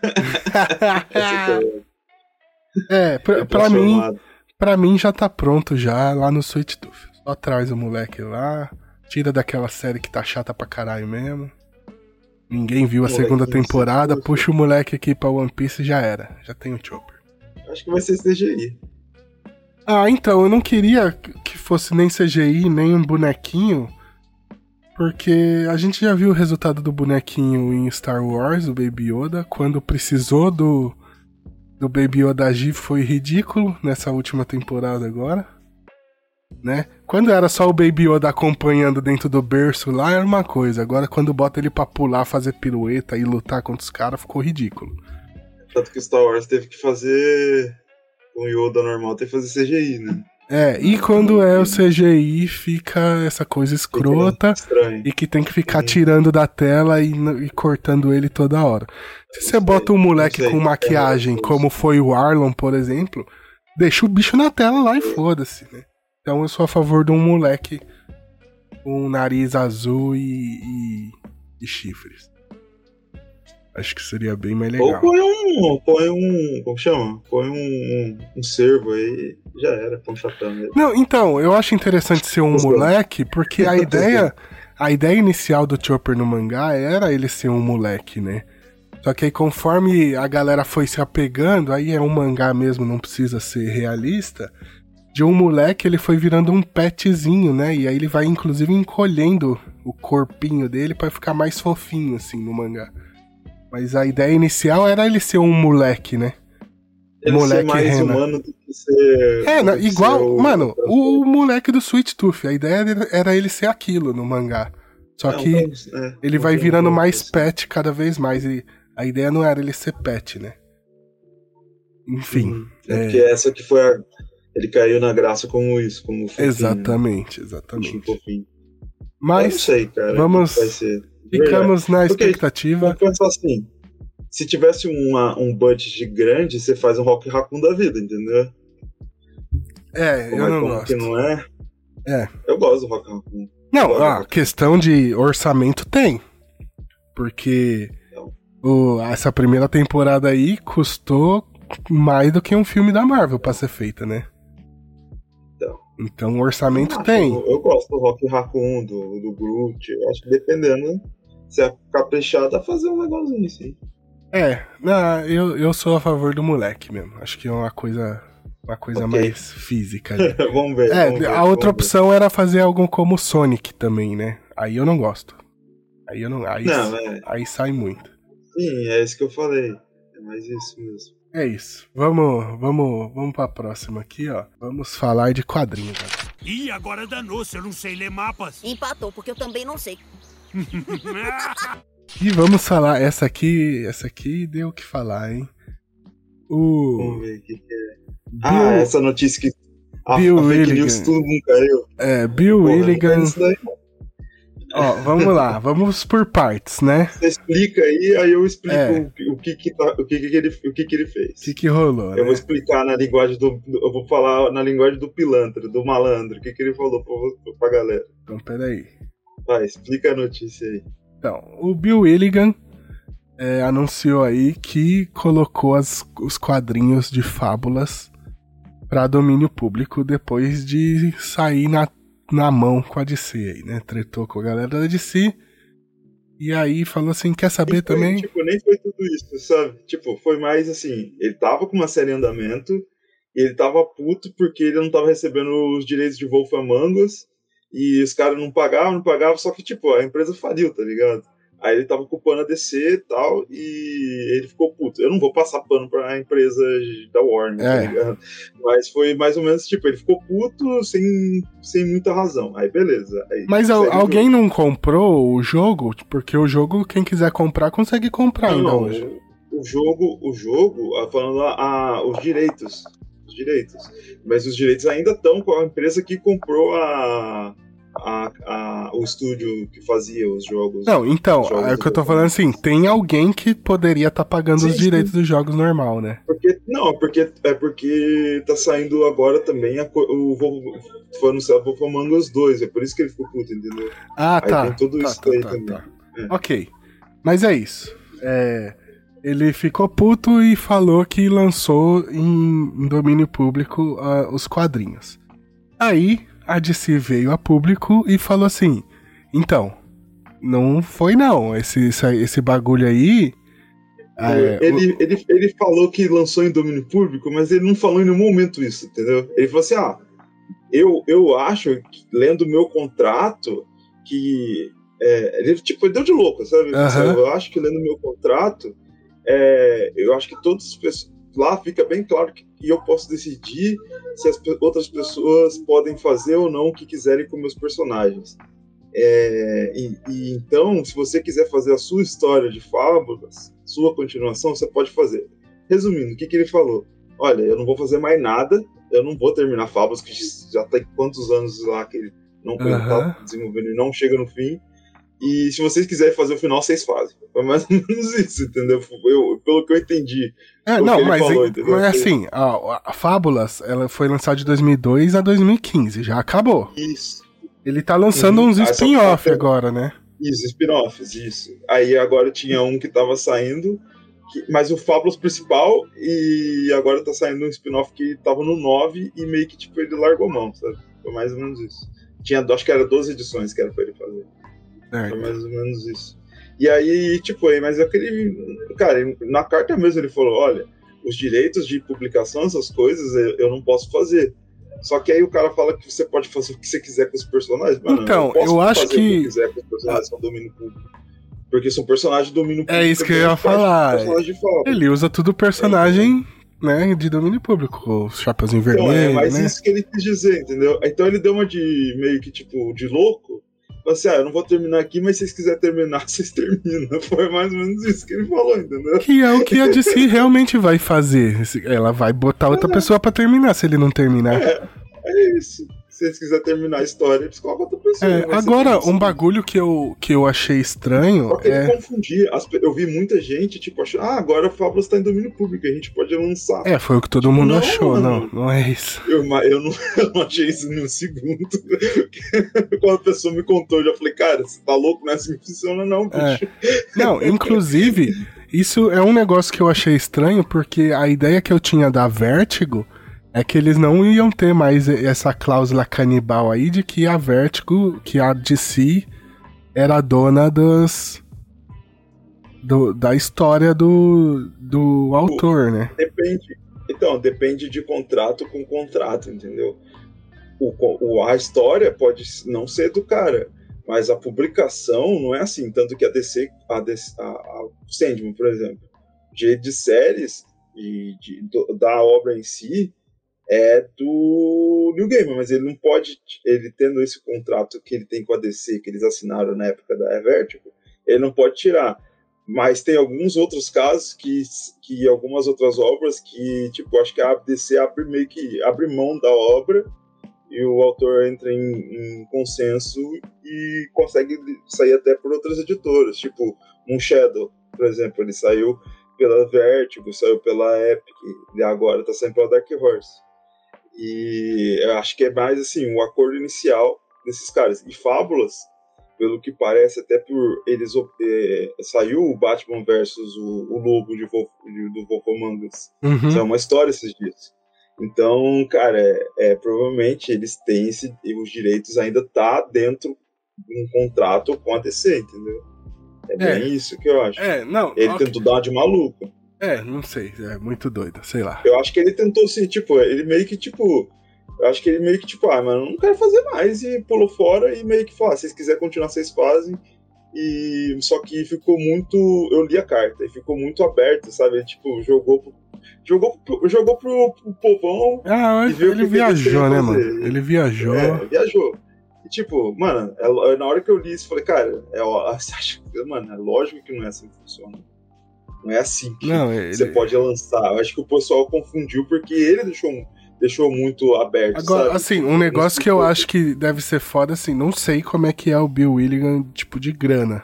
é, pra, pra mim, pra mim já tá pronto já lá no Sweet Tooth. Só traz o moleque lá, tira daquela série que tá chata pra caralho mesmo. Ninguém viu a segunda temporada, puxa o moleque aqui pra One Piece e já era. Já tem o Chopper. Acho que vai ser C G I. Ah, então, eu não queria que fosse nem C G I, nem um bonequinho, porque a gente já viu o resultado do bonequinho em Star Wars, o Baby Yoda, quando precisou do, do Baby Yoda agir foi ridículo nessa última temporada agora, né? Quando era só o Baby Yoda acompanhando dentro do berço lá, era uma coisa, agora quando bota ele pra pular, fazer pirueta e lutar contra os caras, ficou ridículo. Tanto que Star Wars teve que fazer com o Yoda normal, teve que fazer C G I, né? É, e quando é o C G I, fica essa coisa escrota e que tem que ficar uhum. tirando da tela e, e cortando ele toda hora. Se você bota um moleque com maquiagem, como foi o Arlon, por exemplo, deixa o bicho na tela lá e foda-se, né? Então eu sou a favor de um moleque com nariz azul e, e, e chifres. Acho que seria bem mais legal. Ou põe um. Põe um. Como chama? Põe um, um, um cervo aí. Já era, põe um chapéu mesmo. Não, então, eu acho interessante ser um moleque, porque a ideia. A ideia inicial do Chopper no mangá era ele ser um moleque, né? Só que aí conforme a galera foi se apegando, aí é um mangá mesmo, não precisa ser realista. De um moleque ele foi virando um petzinho, né? E aí ele vai inclusive encolhendo o corpinho dele pra ficar mais fofinho, assim, no mangá. Mas a ideia inicial era ele ser um moleque, né? Ele moleque ser mais rena. humano do que ser... É, não, igual... Ser o... Mano, o, o moleque do Sweet Tooth, a ideia era ele ser aquilo no mangá. Só não, que é, ele vai virando não, mais assim. pet cada vez mais. E a ideia não era ele ser pet, né? Enfim. Uhum. É, é porque essa que foi a... Ele caiu na graça como isso, como fofinho. Exatamente, exatamente. Um fofinho. Mas, eu não sei, cara, vamos... vai ser... Ficamos na Porque, expectativa. Vamos pensar assim, se tivesse uma, um budget grande, você faz um Rock Raccoon da vida, entendeu? É, como eu é, não como gosto. Que não é? É. Eu gosto do Rock Raccoon. Não, a questão de orçamento tem. Porque o, essa primeira temporada aí custou mais do que um filme da Marvel pra ser feita, né? Então, então o orçamento eu tem. Eu, eu gosto do Rock Raccoon, do, do Groot. Eu acho que dependendo, se é caprichar, dá pra fazer um legalzinho, sim. É, não, eu, eu sou a favor do moleque mesmo. Acho que é uma coisa, uma coisa okay. mais física. vamos ver. É, vamos ver, a outra vamos opção ver. era fazer algo como Sonic também, né? Aí eu não gosto. Aí eu não. Aí, Não, é. aí sai muito. Sim, é isso que eu falei. É mais isso mesmo. É isso. Vamos, vamos, vamos pra próxima aqui, ó. Vamos falar de quadrinhos, galera. Ih, agora danou-se, eu não sei ler mapas. Empatou, porque eu também não sei. E vamos falar, essa aqui, essa aqui deu o que falar, hein? O... Vamos ver o que, que é. Bill, Ah, essa notícia que. A, Bill a fake Willigan. news todo mundo caiu. É, Bill Porra, Willigan. não é isso daí. Ó, vamos lá, vamos por partes, né? Você explica aí, aí eu explico É. o, o, que, que, tá, o, que, que, ele, o que, que ele fez. O que que rolou, Eu né? vou explicar na linguagem do, do. Eu vou falar na linguagem do pilantra, do malandro, o que, que ele falou pra, pra galera. Então, peraí. Vai, explica a notícia aí. Então, o Bill Willigan é, anunciou aí que colocou as, os quadrinhos de fábulas para domínio público depois de sair na, na mão com a D C aí, né? Tretou com a galera da D C e aí falou assim, quer saber Nem foi, também? Tipo, nem foi tudo isso, sabe? Tipo, foi mais assim, ele tava com uma série em andamento e ele tava puto porque ele não tava recebendo os direitos de Wolf Among Us e os caras não pagavam, não pagavam, só que, tipo, a empresa faliu, tá ligado? Aí ele tava culpando a D C e tal, e ele ficou puto. Eu não vou passar pano pra empresa da Warner, É. tá ligado? Mas foi mais ou menos, tipo, ele ficou puto sem, sem muita razão. Aí, beleza. Aí, Mas al- segue o alguém jogo. não comprou o jogo? Porque o jogo, quem quiser comprar, consegue comprar ainda Não, hoje. o, o jogo, o jogo, ah, falando a, a- os direitos, os direitos. Mas os direitos ainda estão com a empresa que comprou a, a, a- o estúdio que fazia os jogos. Não, então, jogos é o que eu tô do- falando assim, tem alguém que poderia estar pagando Sim, os sim. direitos dos jogos normal, né? Porque, não, porque, é porque tá saindo agora também a, co- o Wolf- foi anunciado o Wolf Among Us dois, é por isso que ele ficou puto, entendeu? Ah, Aí tá. tem tudo tá, isso tá, aí tá, também. tá. É. Ok. Mas é isso. É, ele ficou puto e falou que lançou em, em domínio público ah, os quadrinhos. Aí a D C veio a público e falou assim: então, não foi não. Esse, esse, esse bagulho aí. é, ele, ele, ele falou que lançou em domínio público, mas ele não falou em nenhum momento isso, entendeu? Ele falou assim, ah, eu, eu acho, que, lendo o meu contrato, que... É, ele, tipo, ele deu de louco, sabe? Ele falou assim, Aham. eu acho que lendo o meu contrato, é, eu acho que todas as pessoas... Lá fica bem claro que eu posso decidir se as pe- outras pessoas podem fazer ou não o que quiserem com meus personagens. É, e, e então, se você quiser fazer a sua história de fábulas, sua continuação, você pode fazer. Resumindo, o que, que ele falou? Olha, eu não vou fazer mais nada, eu não vou terminar Fábulas, que já tem quantos anos lá que ele não ele Aham. tá desenvolvendo e não chega no fim. E se vocês quiserem fazer o final, vocês fazem. Foi mais ou menos isso, entendeu? Eu, pelo que eu entendi. É, o que não, ele mas, falou, é- entendeu? mas assim, a, a Fábulas, ela foi lançada de dois mil e dois a dois mil e quinze, já acabou. Isso. Ele tá lançando Uhum. uns Ah, só spin-off que- agora, né? Isso, spin-offs, isso. Aí agora tinha um que tava saindo, que- mas o Fábulas principal, e agora tá saindo um spin-off que tava no nove e meio que tipo ele largou mão, sabe? Foi mais ou menos isso. Tinha, acho que era doze edições que era pra ele fazer. É. Foi mais ou menos isso. E aí, tipo, aí, mas aquele. Cara, na carta mesmo ele falou: olha, os direitos de publicação, essas coisas, eu, eu não posso fazer. Só que aí o cara fala que você pode fazer o que você quiser com os personagens. Mano, Então, eu, posso eu acho fazer que- o que eu quiser com os personagens com domínio público. Porque são personagens de domínio público. É isso que eu ia grande parte falar. são personagens de fábula. Ele usa tudo personagem, né, de domínio público. O Chapeuzinho Então, Vermelho, é mais né? isso que ele quis dizer, entendeu? Então ele deu uma de meio que tipo de louco. Falou assim: ah, eu não vou terminar aqui, mas se vocês quiserem terminar, vocês terminam. Foi mais ou menos isso que ele falou, entendeu? Que é o que a D C realmente vai fazer. Esse- Ela vai botar outra pessoa pra terminar, se ele não terminar. É, é isso. Se eles quiserem terminar a história, eles colocam outra pessoa. É, Vai ser agora, isso. um bagulho que eu, que eu achei estranho Só que ele é. confundia. As pe- eu vi muita gente, tipo, achando, ah, agora a Fábula está em domínio público, a gente pode lançar. É, foi o que todo mundo Não, achou, não. mano. Não é isso. Eu, ma- eu, não, eu não achei isso em um segundo. Quando a pessoa me contou, eu já falei, cara, você tá louco? Não é assim que funciona, não, É. bicho. Não, inclusive, isso é um negócio que eu achei estranho, porque a ideia que eu tinha da Vertigo é que eles não iam ter mais essa cláusula canibal aí de que a Vertigo, que a D C era dona dos, do, da história do, do autor, né? Depende. Então, depende de contrato com contrato, entendeu? O, o, a história pode não ser do cara, Mas a publicação não é assim, tanto que a D C, a, D C, a, a Sandman, por exemplo, de, de séries e de, do, da obra em si é do Neil Gaiman, mas ele não pode, ele tendo esse contrato que ele tem com a D C, que eles assinaram na época da Vertigo, ele não pode tirar. Mas tem alguns outros casos que, que algumas outras obras que, tipo, acho que a D C abre meio que abre mão da obra e o autor entra em, em consenso e consegue sair até por outras editoras, tipo Moon Shadow, por exemplo, ele saiu pela Vertigo, saiu pela Epic, e agora está saindo pela Dark Horse. E eu acho que é mais assim, o acordo inicial desses caras. E Fábulas, pelo que parece, até por eles é, saiu o Batman versus o, o Lobo de Wolf, de, do Wolfomangas. Uhum. Isso é uma história esses dias. Então, cara, é, é, provavelmente eles têm esse, os direitos ainda tá dentro de um contrato com a D C, entendeu? É bem é, isso que eu acho. É, não, ele okay. tentou dar uma de maluco. É, não sei, é muito doido, sei lá. Eu acho que ele tentou assim, tipo, ele meio que, tipo... Eu acho que ele meio que, tipo, ah, mano, não quero fazer mais, e pulou fora, e meio que falou, ah, se vocês quiserem continuar, vocês fazem. E só que ficou muito... Eu li a carta, e ficou muito aberto, sabe? Ele, tipo, jogou pro... Jogou, pro, jogou pro, pro povão. Ah, e ele viajou, né, mano? Ele viajou. É, viajou. E, tipo, mano, é, na hora que eu li isso, eu falei, cara, é, acho, mano, é lógico que não é assim que funciona. Não é assim que não, ele... você pode lançar. Eu acho que o pessoal confundiu porque ele deixou, deixou muito aberto. Agora, sabe? assim, um negócio que eu acho que deve ser foda, assim, não sei como é que é o Bill Willigan, tipo, de grana.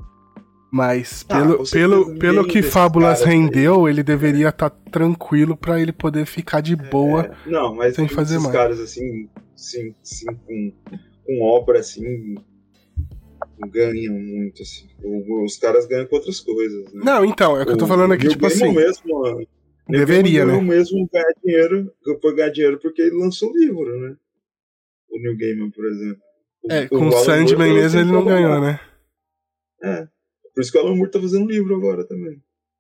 Mas pelo, ah, pelo, pelo que Fábulas rendeu, ele deveria estar tá tranquilo pra ele poder ficar de boa é, não, mas sem fazer mais. Esses caras, assim, sim, sim, com, com obra, assim, ganham muito, assim. Os caras ganham com outras coisas, né? Não, então, é o que eu tô falando aqui, tipo assim... Mesmo, deveria, né? O mesmo ganhar dinheiro, foi ganhar dinheiro porque ele lançou o livro, né? O Neil Gaiman, por exemplo. O, é, com o Sandman mesmo ele não ganhou, né? É. Por isso que o Alan Moore tá fazendo livro agora também.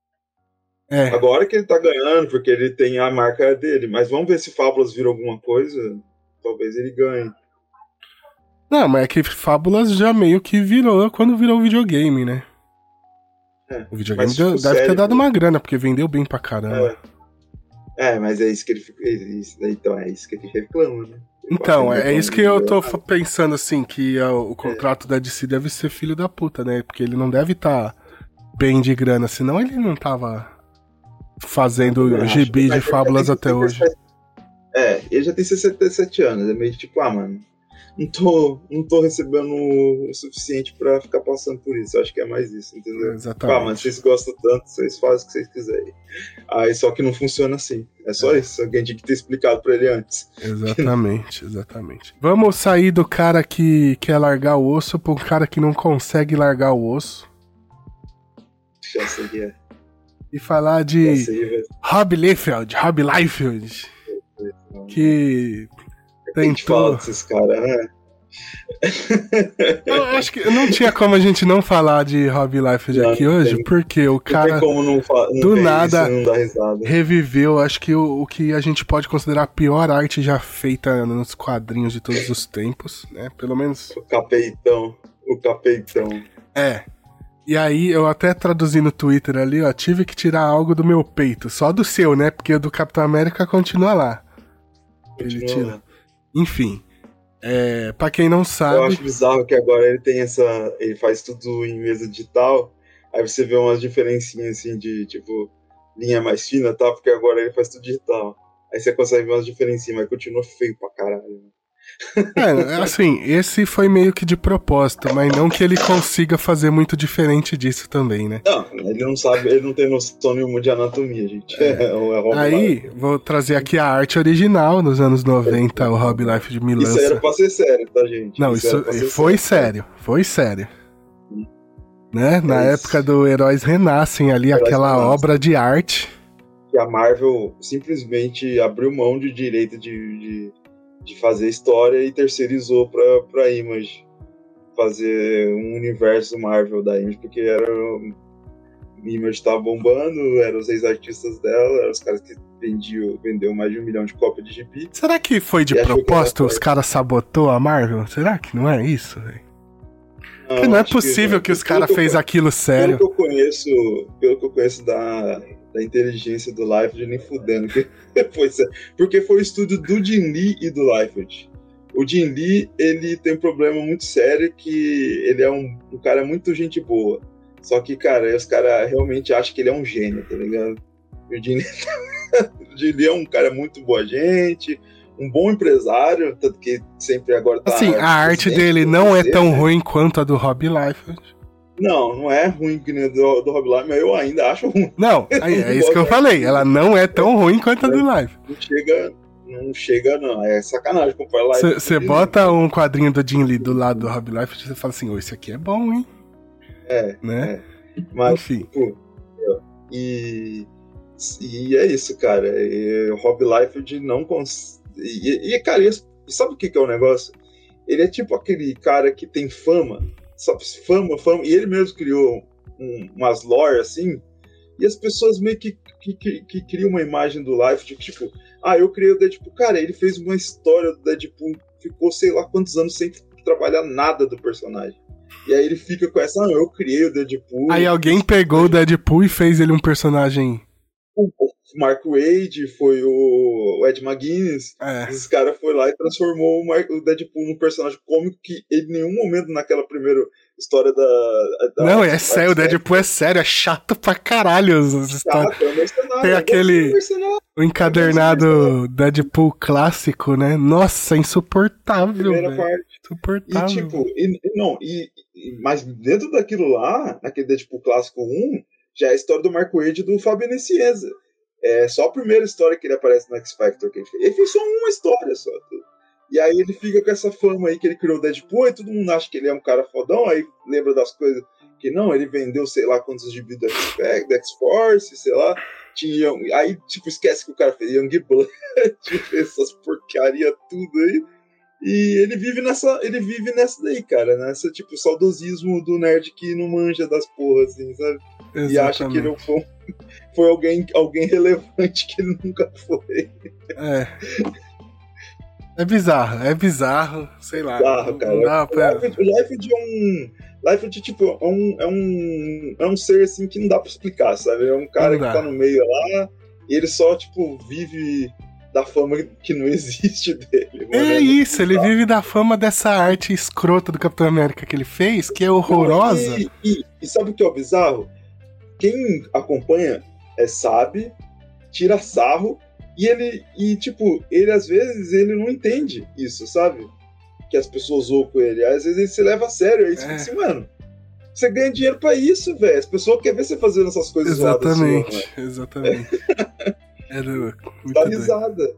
É. Agora que ele tá ganhando, porque ele tem a marca dele. Mas vamos ver se Fábulas vira alguma coisa. Talvez ele ganhe. Não, mas é que Fábulas já meio que virou quando virou videogame, né? É, o videogame mas, deu, tipo, deve sério, ter dado uma grana, porque vendeu bem pra caramba. É, é mas é isso que ele fica. Então, é isso que ele reclama, né? Então, é, é isso que eu tô pensando, assim, que é, o contrato é. da D C deve ser filho da puta, né? Porque ele não deve estar tá bem de grana, senão ele não tava fazendo gibi de Fábulas até hoje. É, ele já tem sessenta e sete anos, é meio tipo, ah, mano, não tô, não tô recebendo o suficiente pra ficar passando por isso. Eu acho que é mais isso, entendeu? Exatamente. Ah, mas vocês gostam tanto, vocês fazem o que vocês quiserem. Aí só que não funciona assim. É só é. isso. Alguém tinha que ter explicado pra ele antes. Exatamente, exatamente. Vamos sair do cara que quer largar o osso pra um cara que não consegue largar o osso. Já sei que é. E falar de sei, Rob Liefeld, Rob Liefeld. Que... A gente fala desses caras, né? Eu acho que não tinha como a gente não falar de Rob Liefeld não, aqui hoje, tem, porque o cara não não não do nada reviveu, acho que o, o que a gente pode considerar a pior arte já feita nos quadrinhos de todos os tempos, né? Pelo menos... O Capeitão, o Capeitão. É. E aí, eu até traduzi no Twitter ali, ó, tive que tirar algo do meu peito, só do seu, né? Porque o do Capitão América continua lá. Continua Ele tira. Lá. Enfim, é, pra quem não sabe... Eu acho bizarro que agora ele tem essa... Ele faz tudo em mesa digital, aí você vê umas diferencinhas assim de, tipo, linha mais fina e tal, porque agora ele faz tudo digital. Aí você consegue ver umas diferencinhas, mas continua feio pra caralho. É, assim, esse foi meio que de propósito, mas não que ele consiga fazer muito diferente disso também, né? Não, ele não sabe, ele não tem noção nenhuma de anatomia, gente. É. É, é aí, vou trazer aqui a arte original dos anos noventa, o Rob Liefeld me lança. Isso era pra ser sério, tá, gente? Não, isso, isso foi sério. sério, foi sério. Hum. Né? É Na isso. época do Heróis Renascem ali, Heróis aquela Renascem. obra de arte. Que a Marvel simplesmente abriu mão de direito de... de... de fazer história e terceirizou pra, pra Image fazer um universo Marvel da Image, porque era Image tava bombando, eram os ex-artistas dela, eram os caras que vendiam, vendeu mais de um milhão de cópias de gibi. Será que foi de propósito? Os caras sabotou a Marvel? Será que não é isso, velho? Não, que não é possível que, que os caras fez aquilo sério. Pelo que eu conheço, pelo que eu conheço da, da inteligência do Liefeld, nem fudendo que foi sério. Porque foi o estúdio do Jim Lee e do Liefeld. O Jim Lee, ele tem um problema muito sério que ele é um, um cara muito gente boa. Só que, cara, os caras realmente acham que ele é um gênio, tá ligado? O Jim Lee, o Jim Lee é um cara muito boa gente, um bom empresário, tanto que sempre agora tá... Assim, a arte dele não é tão ruim quanto a do Rob Liefeld. Não, não é ruim que nem a do, do Rob Liefeld, mas eu ainda acho ruim. Não, é, é isso que eu falei, ela não é tão ruim quanto a do Liefeld. Não chega... Não chega, não. É sacanagem comparar lá. Você bota um quadrinho do Jim Lee do lado do Rob Liefeld e você fala assim, ô, esse aqui é bom, hein? É, né? É. Mas, enfim. Pô, e, e é isso, cara. E o Rob Liefeld não consegue... E, e, cara, e sabe o que, que é o negócio? Ele é tipo aquele cara que tem fama, sabe? Fama, fama. E ele mesmo criou um, umas lore, assim, e as pessoas meio que, que, que, que criam uma imagem do Liefeld, tipo... Ah, eu criei o Deadpool. Cara, ele fez uma história do Deadpool, ficou sei lá quantos anos sem trabalhar nada do personagem. E aí ele fica com essa, ah, eu criei o Deadpool. Aí alguém pegou o Deadpool e fez ele um personagem... O Mark Waid, foi o Ed McGuinness. É. Esses caras foram lá e transformou o, Mark, o Deadpool num personagem cômico que ele, em nenhum momento naquela primeira história da... da Não, é sério, o Deadpool é sério, é chato pra caralho as histórias. É Tem aquele... O encadernado Deadpool clássico, né? Nossa, é insuportável, velho. Parte. Insuportável. E tipo, e, não, e, e, mas dentro daquilo lá, naquele Deadpool clássico um, já é a história do Mark Waid e do Fabio Nicieza. É só a primeira história que ele aparece no X-Factor que ele fez. Ele fez só uma história só. E aí ele fica com essa fama aí que ele criou o Deadpool, e todo mundo acha que ele é um cara fodão, aí lembra das coisas que não, ele vendeu sei lá quantos gibis do X-Force, sei lá. Tinha, aí, tipo, esquece que o cara fez Young Blood, essas porcaria tudo aí. E ele vive nessa, ele vive nessa daí, cara, nessa, tipo, saudosismo do nerd que não manja das porras, assim, sabe? Exatamente. E acha que ele foi, foi alguém, alguém relevante que ele nunca foi. É. É bizarro, é bizarro, sei lá. Bizarro, cara. Não, pra... O Liefeld é um... Liefeld, tipo, é um, é, um, é um ser, assim, que não dá pra explicar, sabe? É um cara que tá no meio lá, e ele só, tipo, vive da fama que não existe dele. Mano. É isso, ele vive da fama dessa arte escrota do Capitão América que ele fez, que é horrorosa. E, e, e sabe o que é o bizarro? Quem acompanha é, sabe, tira sarro, e ele, e tipo, ele às vezes ele não entende isso, sabe? Que as pessoas zoam com ele. Às vezes ele se leva a sério, aí você é. fica assim, mano, você ganha dinheiro pra isso, velho. As pessoas querem ver você fazendo essas coisas exatamente, zoadas. Exatamente, exatamente. Era muito dá risada.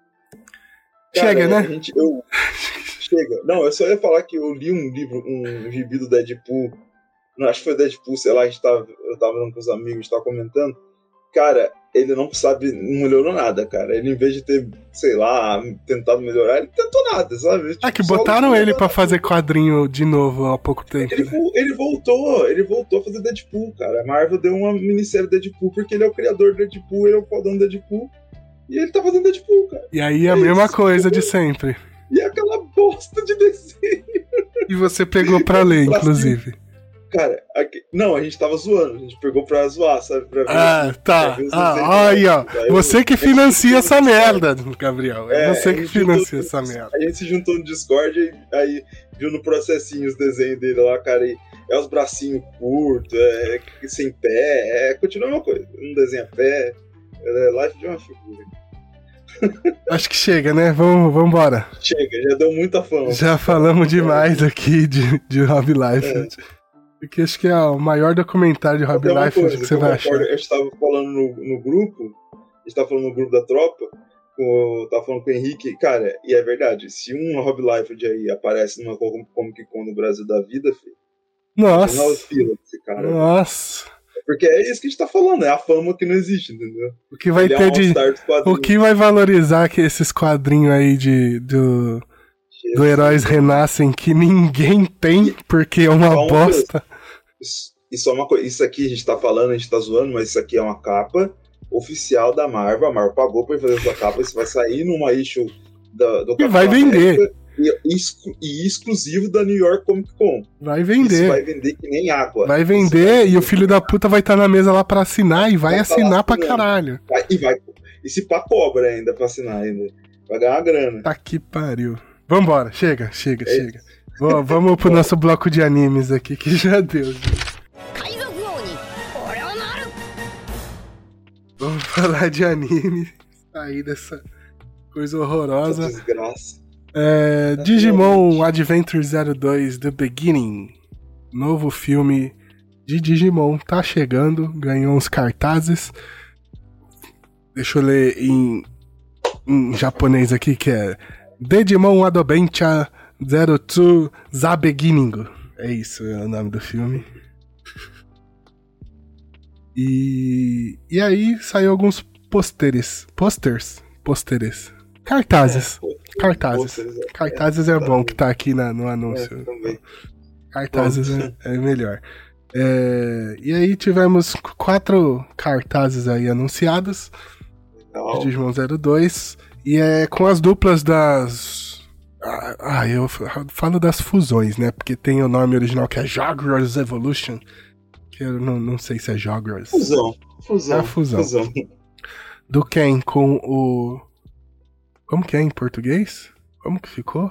Chega, cara, né? A gente, eu... Chega. Não, eu só ia falar que eu li um livro, um gibi do Deadpool. Não, acho que foi Deadpool, sei lá, a gente tava, eu tava falando com os amigos, a gente tava comentando. Cara, ele não sabe, não melhorou nada, cara. Ele, em vez de ter, sei lá, tentado melhorar, ele tentou nada, sabe? Tipo, ah, que botaram ele pra fazer quadrinho de novo há pouco tempo. Ele, né? ele voltou, ele voltou a fazer Deadpool, cara. A Marvel deu uma minissérie Deadpool porque ele é o criador do Deadpool, ele é o fodão do Deadpool. E ele tá fazendo Deadpool, cara. E aí é a mesma isso, coisa de sempre. E aquela bosta de desenho. E você pegou pra ler, inclusive. Cara, aqui... não, a gente tava zoando, a gente pegou pra zoar, sabe? Pra ver, ah, tá. Ah, aí, ó. Você que financia essa merda, Gabriel. É, é você que financia essa merda. A gente se juntou no Discord e aí viu no processinho os desenhos dele lá, cara. E é os bracinhos curtos, é sem pé, é, continua a mesma coisa. Não desenha pé, é life de uma figura. Acho que chega, né? Vamos, vamos embora. Chega, já deu muita fama. Já falamos demais aqui de, de Rob Liefeld. É. Porque acho que é o maior documentário de Rob Liefeld que você vai achar. A gente tava falando no, no grupo, a gente tava falando no grupo da tropa, com, tava falando com o Henrique, cara, e é verdade, se um Rob Liefeld aí aparece numa Comic Con no Brasil da vida, filho, nossa, fila desse cara, nossa. Né? Porque é isso que a gente tá falando, é a fama que não existe, entendeu? O que vai Ele ter é um de. O que vai valorizar que esses quadrinhos aí de. Do... Do Heróis Renascem que ninguém tem porque é uma então, bosta. Isso, isso é uma coisa. Isso aqui a gente tá falando, a gente tá zoando, mas isso aqui é uma capa oficial da Marvel. A Marvel pagou pra fazer essa capa. Isso vai sair numa issue da, do E vai vender. E, exclu- e exclusivo da New York Comic Con. Vai vender. Isso vai vender que nem água. Vai vender vai e o filho da puta vai estar na mesa lá pra assinar e vai, vai assinar pra caralho. Vai, e vai. E se pá cobra ainda pra assinar ainda. Vai ganhar uma grana. Tá que pariu. Vambora, chega, chega, é chega. Bom, vamos pro nosso bloco de animes aqui que já deu. Vamos falar de anime. Sair dessa coisa horrorosa. Essa desgraça. É, Digimon Adventure zero dois The Beginning. Novo filme de Digimon. Tá chegando. Ganhou uns cartazes. Deixa eu ler em, em japonês aqui que é Digimon Adventure zero dois The Beginning. É isso, é o nome do filme. E, e aí saiu alguns pôsteres. Posters? Pôsteres. Cartazes. É, cartazes. Posters, é, cartazes é, é bom que tá aqui na, no anúncio. É, cartazes é, é melhor. É, e aí tivemos quatro cartazes aí anunciados. Legal. De Digimon zero dois. E é com as duplas das... Ah, eu falo das fusões, né? Porque tem o nome original que é Jogros Evolution. Que eu não, não sei se é Jogros. Fusão. Fusão. É a fusão. Fusão. Do Ken com o... Como que é em português? Como que ficou?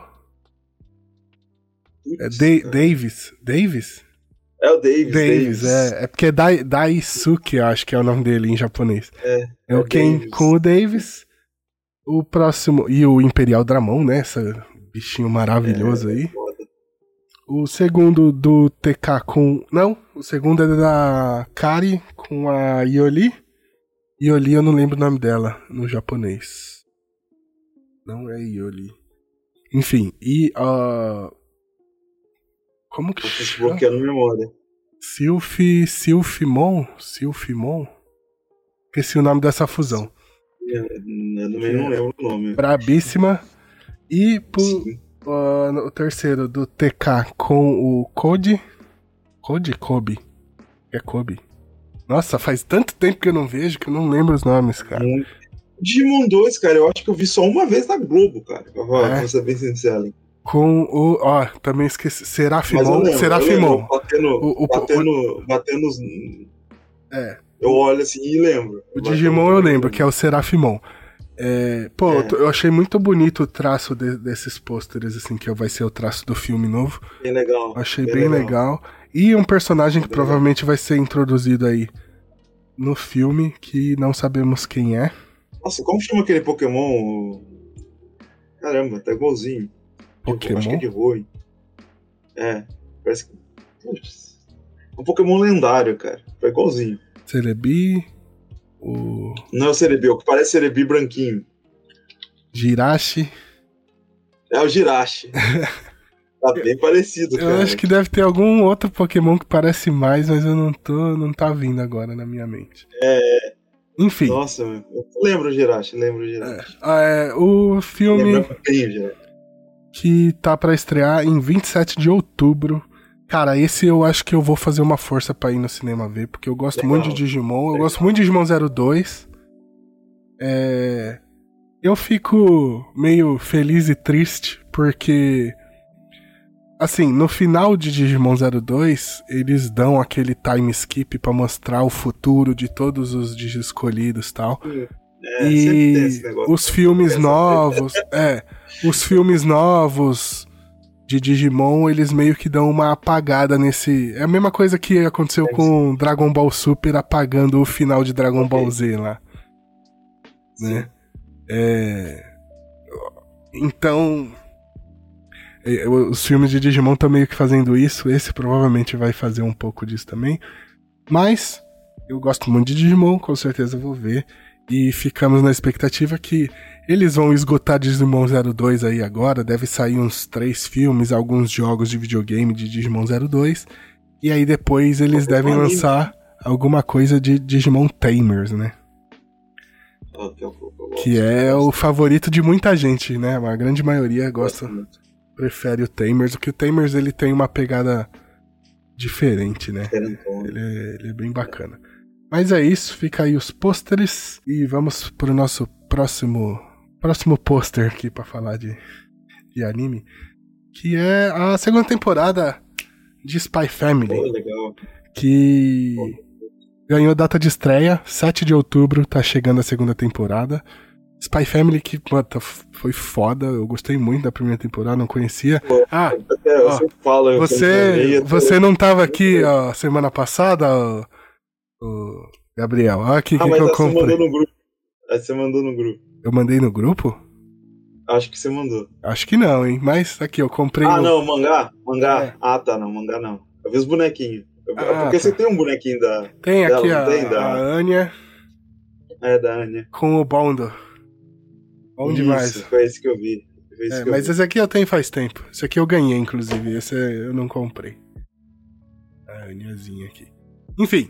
É da- Davis. Davis? É o Davis. Davis, Davis. É. É porque é Dai- Daisuke, acho que é o nome dele em japonês. É. É, é o Ken Davis. Com o Davis. O próximo... E o Imperial Dramon, né? Esse bichinho maravilhoso é, aí. É o segundo do T K com... Não, o segundo é da Kari com a Yoli. Yoli eu não lembro o nome dela no japonês. Não é Yoli. Enfim, e... Uh... Como que chama? Estou bloqueando memória. Silph... Silphimon? Silphimon? Esqueci o nome dessa fusão. Eu, eu também não lembro o nome. Brabíssima. E por... Uh, o terceiro do T K com o Code. Code? Kobe. É Kobe. Nossa, faz tanto tempo que eu não vejo que eu não lembro os nomes, cara. Digimon dois, cara, eu acho que eu vi só uma vez na Globo, cara. Pra é. ser bem sincero. Com o. Ó, também esqueci. Serafimon. Lembro, Serafimon. Batendo, o, o, batendo, o, batendo os. É. Eu olho assim e lembro. O Digimon eu lembro, que é o Serafimon. É, pô, é. eu achei muito bonito o traço de, desses pôsteres, assim, que vai ser o traço do filme novo. Bem legal. Achei bem, bem legal. legal. E um personagem que bem provavelmente legal. vai ser introduzido aí no filme, que não sabemos quem é. Nossa, como chama aquele Pokémon? Caramba, tá igualzinho. Pokémon? Acho que é de ruim. É, parece que... Puxa, um Pokémon lendário, cara. Tá igualzinho. Celebi... O... Não é o Cerebi, o que parece Cerebi branquinho. Jirachi. É o Jirachi. Tá bem parecido, cara. Eu acho que deve ter algum outro Pokémon que parece mais, mas eu não tô, não tá vindo agora na minha mente. É. Enfim. Nossa, eu lembro o Jirachi, lembro o Jirachi. É, é, o filme bem, Jirachi. Que tá pra estrear em vinte e sete de outubro. Cara, esse eu acho que eu vou fazer uma força pra ir no cinema ver, porque eu gosto Legal. muito de Digimon, eu Legal. gosto muito de Digimon zero dois. É... Eu fico meio feliz e triste, porque, assim, no final de Digimon zero dois, eles dão aquele time skip pra mostrar o futuro de todos os Digi escolhidos e tal. É, e os filmes novos, é, os filmes novos... de Digimon, eles meio que dão uma apagada nesse... É a mesma coisa que aconteceu é com Dragon Ball Super apagando o final de Dragon okay. Ball Z lá. Né? É... Então... É, os filmes de Digimon estão meio que fazendo isso. Esse provavelmente vai fazer um pouco disso também. Mas eu gosto muito de Digimon, com certeza vou ver. E ficamos na expectativa que eles vão esgotar Digimon zero dois aí agora. Deve sair uns três filmes, alguns jogos de videogame de Digimon zero dois. E aí depois eles Pô, devem lançar alguma coisa de Digimon Tamers, né? Oh, que, eu, eu, eu que é o favorito de muita gente, né? A grande maioria gosta, prefere o Tamers. Porque o Tamers ele tem uma pegada diferente, né? Ele é, ele é bem bacana. Mas é isso, fica aí os pôsteres e vamos pro nosso próximo próximo pôster aqui pra falar de, de anime, que é a segunda temporada de Spy Family. Pô, legal. Que ganhou data de estreia, sete de outubro, tá chegando a segunda temporada. Spy Family que puta, foi foda, eu gostei muito da primeira temporada, não conhecia. Pô, ah, até ó, eu falo, eu você, você não tava aqui ó, semana passada, ó, ó, Gabriel? Olha aqui ah, que, mas que eu você comprei. mandou no grupo. Aí você mandou no grupo. Eu mandei no grupo? Acho que você mandou. Acho que não, hein? Mas aqui, eu comprei. Ah, o... não, mangá? Mangá? É. Ah, tá, não, mangá não. Eu vi os bonequinhos. Eu- Ah, porque tá. você tem um bonequinho da. Tem dela, aqui não a, tem? Da... a Anya É, da Anya. com o Bondo. Bom Isso, demais. foi esse que eu vi. Foi esse É, que eu mas vi. esse aqui eu tenho faz tempo. Esse aqui eu ganhei, inclusive. Esse eu não comprei. A Anyazinha aqui. Enfim.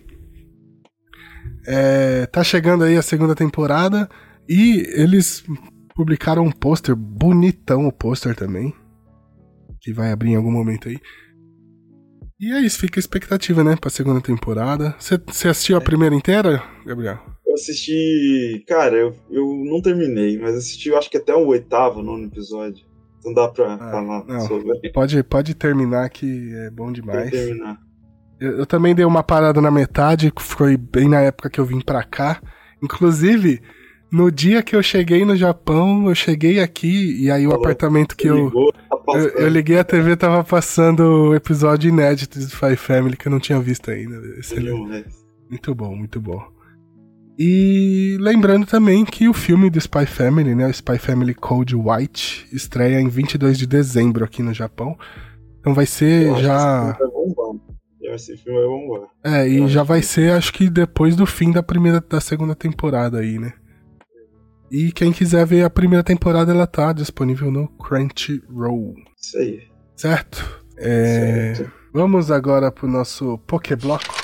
É, tá chegando aí a segunda temporada. E eles publicaram um pôster. Bonitão o pôster também. Que vai abrir em algum momento aí. E é isso, fica a expectativa, né? Pra segunda temporada. Você assistiu a primeira inteira, Gabriel? Eu assisti. Cara, eu, eu não terminei, mas assisti, eu acho que até o oitavo, nono episódio. Então dá pra Ah, falar não. sobre. Pode, pode terminar que é bom Pra demais. terminar. Eu, eu também dei uma parada na metade, foi bem na época que eu vim pra cá. Inclusive, no dia que eu cheguei no Japão, eu cheguei aqui e aí o Falou. apartamento que eu, Ligou, tá eu. passando. Eu liguei a T V, tava passando o episódio inédito de Spy Family que eu não tinha visto ainda. Excelente. Demais. Muito bom, muito bom. E lembrando também que o filme do Spy Family, né, o Spy Family Code White, estreia em vinte e dois de dezembro aqui no Japão. Então vai ser Eu acho já... que esse filme vai bombar. Eu acho que esse filme vai bombar. É, e eu já acho vai que- ser, acho que depois do fim da primeira, da segunda temporada aí, né? E quem quiser ver a primeira temporada, ela tá disponível no Crunchyroll, Isso aí. certo? É... Certo. Vamos agora pro nosso Pokébloco.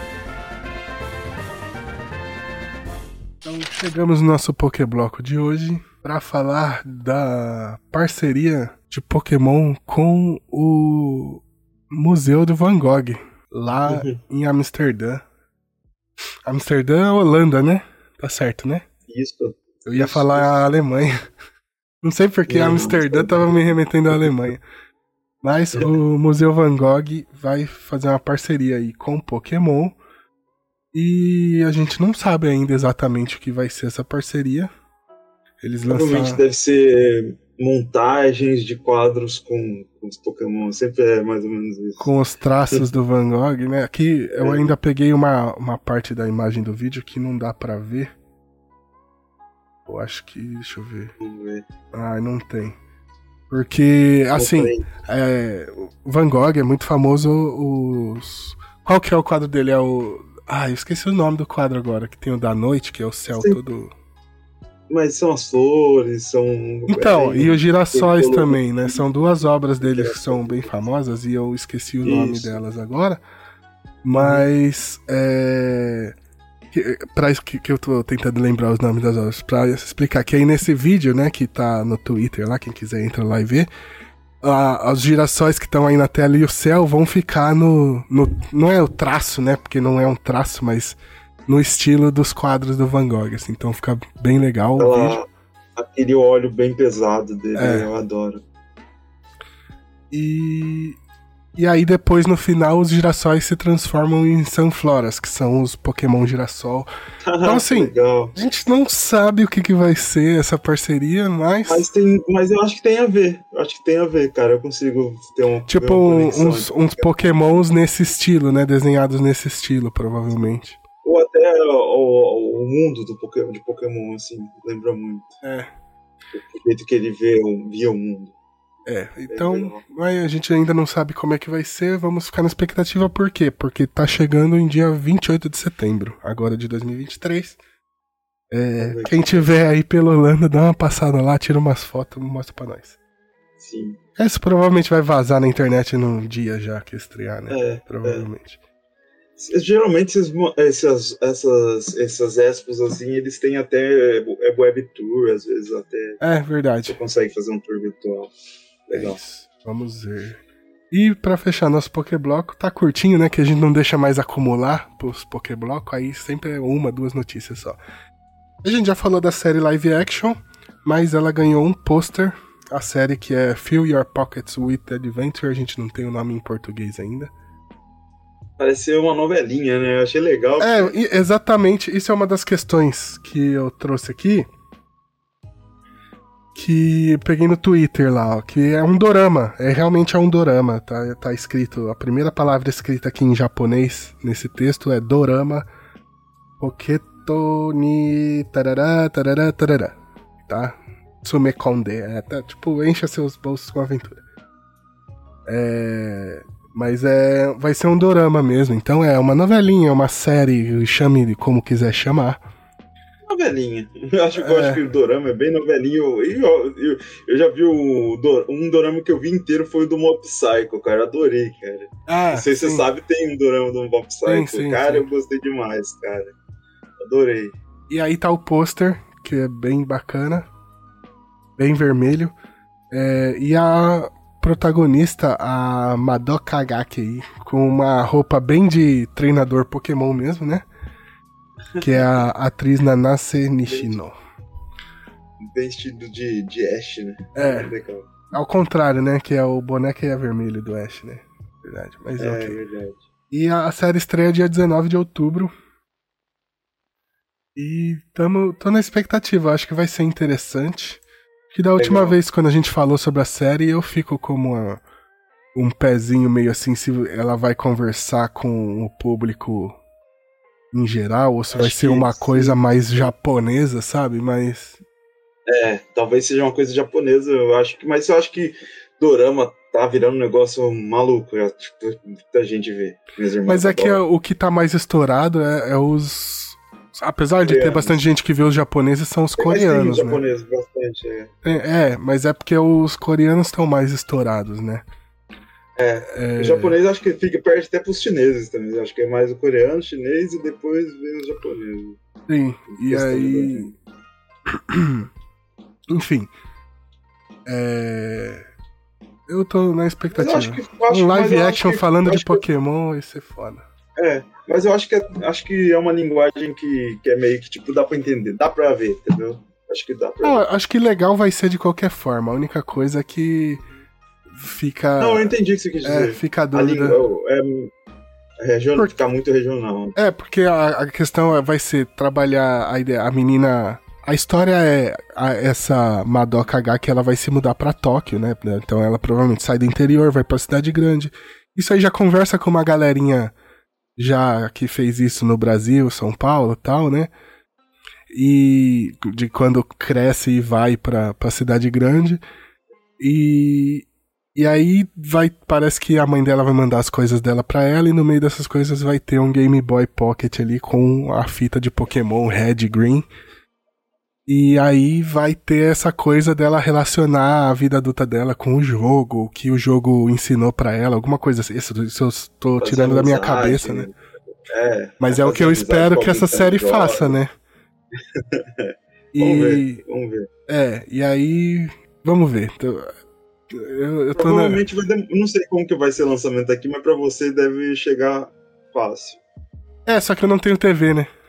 Então chegamos no nosso Pokébloco de hoje para falar da parceria de Pokémon com o Museu do Van Gogh, lá Uhum. em Amsterdã. Amsterdã, Holanda, né? Tá certo, né? Isso. Eu ia Isso, falar isso. a Alemanha. Não sei porque Não, Amsterdã Amsterdã. tava me remetendo à Alemanha. Mas o Museu Van Gogh vai fazer uma parceria aí com o Pokémon. E a gente não sabe ainda exatamente o que vai ser essa parceria. Eles Provavelmente lançaram... deve ser montagens de quadros com, com os Pokémon. Sempre é mais ou menos isso. com os traços do Van Gogh, né? Aqui eu É. ainda peguei uma, uma parte da imagem do vídeo que não dá pra ver. Eu acho que... Deixa eu ver. Vamos ver. Ah, não tem. Porque, assim... Não tem. É, o Van Gogh é muito famoso. Os... Qual que é o quadro dele? É o. Ah, eu esqueci o nome do quadro agora, que tem o da noite, que é o céu Sim. todo. Mas são as flores, são. Então, é, e os girassóis tem colorido. também, né? São duas obras dele que são bem famosas e eu esqueci o nome Isso. delas agora. Mas. É. Que, pra isso que, que eu tô tentando lembrar os nomes das obras, pra explicar que aí nesse vídeo, né, que tá no Twitter lá, quem quiser entra lá e vê. Ah, os girassóis que estão aí na tela e o céu vão ficar no, no... Não é o traço, né? Porque não é um traço, mas no estilo dos quadros do Van Gogh, assim. Então fica bem legal o Aquela- vídeo. Aquele óleo bem pesado dele, É. eu adoro. E... E aí depois, no final, os girassóis se transformam em Sunfloras, que são os Pokémon girassol. Então, assim, Legal. a gente não sabe o que, que vai ser essa parceria, mas... Mas, tem, mas eu acho que tem a ver. Eu acho que tem a ver, cara. Eu consigo ter um. Tipo, ver uma conexão uns, aqui. uns Pokémons nesse estilo, né? Desenhados nesse estilo, provavelmente. Ou até o, o- o mundo do Pokémon, de Pokémon, assim, lembra muito. É. O jeito que ele vê, o- via o mundo. É, então, legal. mas a gente ainda não sabe como é que vai ser, vamos ficar na expectativa, por quê? Porque tá chegando em dia vinte e oito de setembro, agora de dois mil e vinte e três. É, Vamos ver quem aqui. tiver aí pela Holanda, dá uma passada lá, tira umas fotos, mostra pra nós. Sim. Isso provavelmente vai vazar na internet no dia já que estrear, né? É, Provavelmente. Geralmente esses, mo- essas, essas, essas expos assim, eles têm até é, web tour, às vezes até É, você verdade. consegue fazer um tour virtual. É Legal. isso. Vamos ver. E pra fechar nosso Pokébloco, tá curtinho, né? Que a gente não deixa mais acumular pros Pokébloco, aí sempre é uma, duas notícias só. A gente já falou da série live action, mas ela ganhou um pôster a série que é Fill Your Pockets with Adventure, a gente não tem o nome em português ainda. Parece ser uma novelinha, né? Eu achei legal. É, e- exatamente, isso é uma das questões que eu trouxe aqui, que eu peguei no Twitter lá, ó, que é um dorama, é realmente é um dorama, tá, tá escrito, a primeira palavra escrita aqui em japonês nesse texto é dorama, poketo ni tarará, tarará, tarará, tá? Tsumekonde, é, tá, tipo, encha seus bolsos com aventura. É, mas é, vai ser um dorama mesmo, então é uma novelinha, uma série, chame como quiser chamar. Novelinha. Eu acho, eu É. acho que o dorama é bem novelinho. E eu, eu, eu já vi o, do- um dorama que eu vi inteiro foi o do Mob Psycho, cara. Adorei, cara. Ah, Não sei se você sim. sabe, tem um dorama do Mob Psycho. Sim, sim, cara, sim. eu gostei demais, cara. Adorei. E aí tá o pôster, que é bem bacana, bem vermelho. É, e a protagonista, a Madoka Agaki aí, com uma roupa bem de treinador Pokémon mesmo, né? Que é a atriz Nanase Nishino. Tem estilo de, de Ash, né? É. Legal. Ao contrário, né? Que é o boneco é vermelho do Ash, né? Verdade, mas É, ok. verdade. E a, a série estreia dia dezenove de outubro. E tamo, tô na expectativa, acho que vai ser interessante. Que da última Legal. vez, quando a gente falou sobre a série, eu fico como uma- um pezinho meio assim, se ela vai conversar com o público em geral, ou se Acho vai ser que uma sim. coisa mais japonesa, sabe? Mas. É, talvez seja uma coisa japonesa, eu acho que, mas eu acho que dorama tá virando um negócio maluco, já, tipo, muita gente vê. Minhas irmãs Mas é que adoram. o que tá mais estourado é, é os. Apesar de ter Coreanos. bastante gente que vê os japoneses, são os Mas tem coreanos, né? japonês bastante, é. É, é, mas é porque os coreanos estão mais estourados, né? É, o japonês acho que fica perto até pros chineses também. Eu acho que é mais o coreano, chinês e depois vem os japoneses. Sim, e Questão aí. Enfim. É. Eu tô na Mas eu expectativa. acho que. eu acho- Um mas live eu acho action que- falando eu de acho que- Pokémon ia ser foda. É, mas eu acho que é, acho que é uma linguagem que, que é meio que, tipo, dá pra entender, dá pra ver, entendeu? Acho que dá pra Não, ver. acho que legal vai ser de qualquer forma. A única coisa é que fica. Não, eu entendi o que você quis É, dizer. fica a A dúvida. língua é, é regional, Por- fica muito regional. É, porque a, a questão é- vai ser trabalhar a ideia. A menina. A história é a- essa Madoka H que ela vai se mudar pra Tóquio, né? Então ela provavelmente sai do interior, vai pra cidade grande. Isso aí já conversa com uma galerinha já que fez isso no Brasil, São Paulo e tal, né? E de quando cresce e vai pra, pra cidade grande. E, e aí vai, parece que a mãe dela vai mandar as coisas dela pra ela, e no meio dessas coisas vai ter um Game Boy Pocket ali com a fita de Pokémon Red e Green. E aí vai ter essa coisa dela relacionar a vida adulta dela com o jogo, o que o jogo ensinou pra ela, alguma coisa assim. Isso, isso eu tô Fazer tirando da minha amizade, cabeça, né? É. Mas é o fazer que eu amizade espero com que essa alguém série também faça, gosta. né? Vamos E ver, vamos ver. é, e aí vamos ver. Tô- Eu, eu tô na... Provavelmente vai dem- não sei como que vai ser o lançamento aqui, mas pra você deve chegar fácil. É, só que eu não tenho T V, né?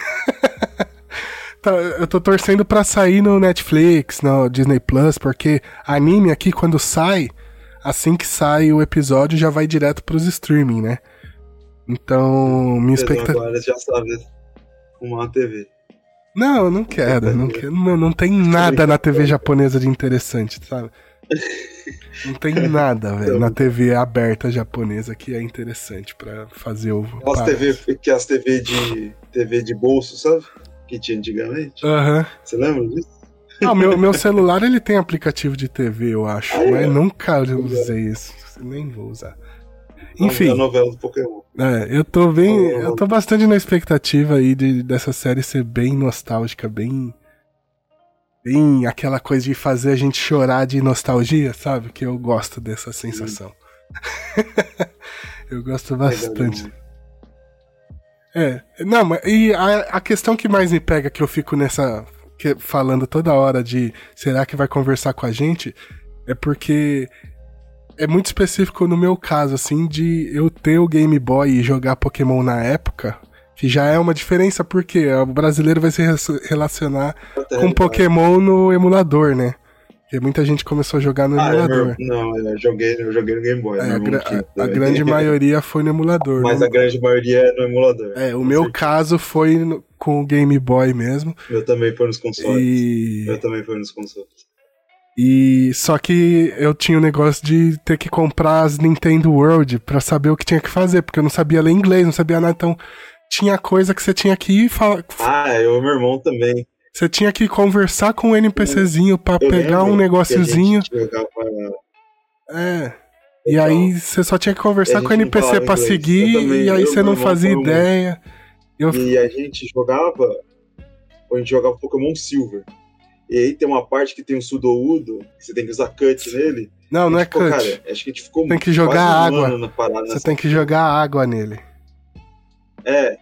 Tá, eu tô torcendo pra sair no Netflix, no Disney Plus, porque anime aqui quando sai, assim que sai o episódio já vai direto pros streaming, né? Então, minha Então, expectativa... agora você já sabe uma T V. Não, eu não quero, não quero. Não, não tem nada na T V japonesa de interessante, sabe? Não tem nada, velho, na T V aberta japonesa que é interessante pra fazer o... Aquelas pá. T V, que as T V de T V de bolso, sabe? Que tinha antigamente. Aham. Você lembra disso? Ah, meu, meu celular ele tem aplicativo de T V, eu acho, Ah, é? mas nunca usei isso, nem vou usar. Enfim, A novela do Pokémon. é, eu tô bem, Oh. eu tô bastante na expectativa aí de, dessa série ser bem nostálgica, bem, bem aquela coisa de fazer a gente chorar de nostalgia, sabe? Que eu gosto dessa sensação. Eu gosto bastante. É, não, mas e a, a questão que mais me pega, que eu fico nessa, que- falando toda hora de será que vai conversar com a gente, é porque é muito específico no meu caso, assim, de eu ter o Game Boy e jogar Pokémon na época, que já é uma diferença, porque o brasileiro vai se re- relacionar com Pokémon no emulador, né? Porque muita gente começou a jogar no Ah, emulador. meu, não, eu joguei, eu joguei no Game Boy. É, meu a, irmão gra- tinha a- a também. grande maioria foi no emulador. Mas né? a grande maioria é no emulador. É, o com meu certeza. caso foi no- com o Game Boy mesmo. Eu também foi nos consoles. E... Eu também foi nos consoles. E só que eu tinha o negócio de ter que comprar as Nintendo World pra saber o que tinha que fazer, porque eu não sabia ler inglês, não sabia nada, então tinha coisa que você tinha que ir falar. Ah, eu e meu irmão também. Você tinha que conversar com o NPCzinho pra Eu pegar lembro um negóciozinho. que a gente jogava... É. E Então, aí você só tinha que e conversar a com o gente não N P C falava pra inglês. seguir, Eu também, e aí eu você e não meu irmão fazia falamos ideia. Eu... E a gente jogava... A gente jogava Pokémon Silver. E aí tem uma parte que tem um Sudoudo, que você tem que usar cut nele. Não, não é ficou, cut. Cara, acho que a gente ficou Tem que jogar quase um água. ano na parada Você nessa- tem que jogar água nele. É.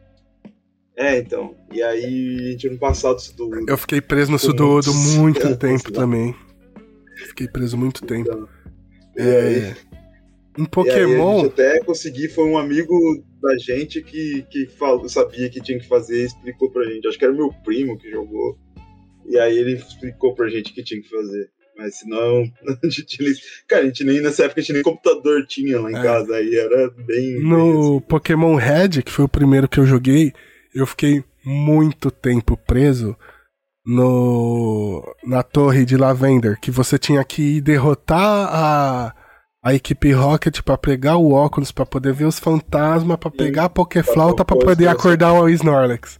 É, então. E aí a gente não passava do Sudoudo. Eu fiquei preso no Ficou Sudoudo muito- muito É, tempo sei lá. também. Fiquei preso muito tempo. Então, e aí- É. Em E aí a Pokémon. gente até conseguiu, foi um amigo da gente que, que falou, sabia que tinha que fazer e explicou pra gente. Acho que era meu primo que jogou. E aí ele explicou pra gente o que tinha que fazer. Mas senão, a gente nem. Cara, a gente nem nessa época a gente nem computador tinha lá em É. casa. Aí era bem. No Pokémon Red, que foi o primeiro que eu joguei, eu fiquei muito tempo preso no na torre de Lavender, que você tinha que ir derrotar a, a equipe Rocket pra pegar o óculos, pra poder ver os fantasmas, pra pegar a Pokéflauta, pra propor poder essa- acordar o Snorlax.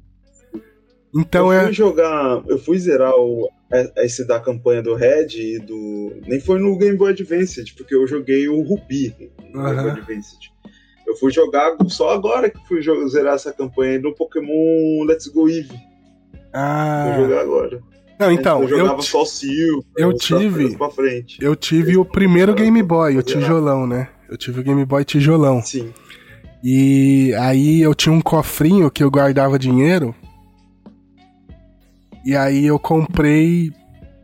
Então eu é... fui jogar. Eu fui zerar o, esse da campanha do Red e do. Nem foi no Game Boy Advance, porque eu joguei o Ruby no Game Boy Aham. Advance. Eu fui jogar só agora que fui jo- zerar essa campanha no Pokémon Let's Go Eevee. Ah... Fui jogar agora. Não, então, eu eu, jogava ti- só o Silver. eu os pra- tive- pra frente. eu tive o primeiro Game Boy, o tijolão, né? Eu tive o Game Boy tijolão. Sim. E aí eu tinha um cofrinho que eu guardava dinheiro. E aí eu comprei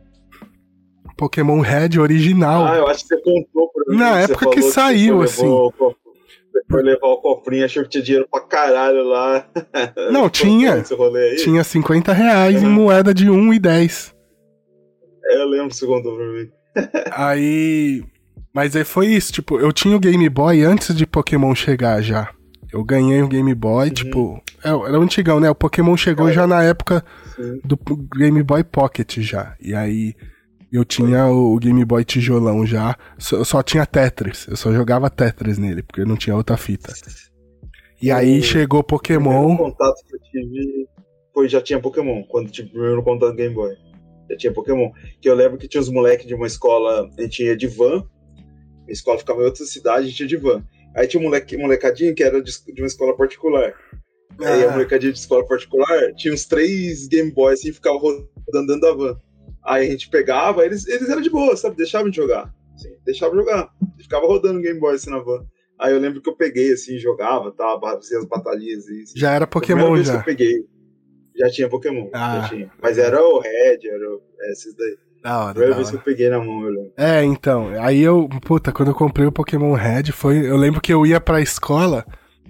Pokémon Red original. Ah, eu acho que você contou pra mim. Na você época que falou saiu, você foi levar o co- Você foi levar o cofrinho, achou que tinha dinheiro pra caralho lá. Não, Contou tinha. esse rolê aí? Tinha cinquenta reais em Uhum. moeda de um e dez. É, eu lembro que você contou pra mim. Aí... Mas aí foi isso, tipo, eu tinha o Game Boy antes de Pokémon chegar já. Eu ganhei o Game Boy, Uhum. tipo... é, Era o antigão, né? O Pokémon chegou É. já na época Sim. do Game Boy Pocket já. E aí eu tinha o Game Boy tijolão já. Só, só tinha Tetris. Eu só jogava Tetris nele, porque não tinha outra fita. E aí O chegou O Pokémon. primeiro contato que eu tive foi já tinha Pokémon. Quando tive o primeiro contato do Game Boy. Já tinha Pokémon. Que eu lembro que tinha os moleques de uma escola. A gente ia de van. A escola ficava em outra cidade, a gente ia de van. Aí tinha um moleque, molecadinho que era de, de uma escola particular. Aí a Ah, molecadinha de escola particular tinha uns três Game Boys assim, ficava rodando dentro da van. Aí a gente pegava, eles, eles eram de boa, sabe? Deixavam de jogar. Assim, deixavam jogar. E ficava rodando Game Boy assim na van. Aí eu lembro que eu peguei assim, jogava, tá, fazia as batalhinhas assim. já era A primeira Pokémon vez já. que eu peguei, já tinha Pokémon. Ah. Já tinha. Mas era o Red, era o, esses daí. Da A hora, primeira da vez que hora. eu peguei na mão, eu lembro. É, então. Aí eu, puta, quando eu comprei o Pokémon Red, foi. Eu lembro que eu ia pra escola.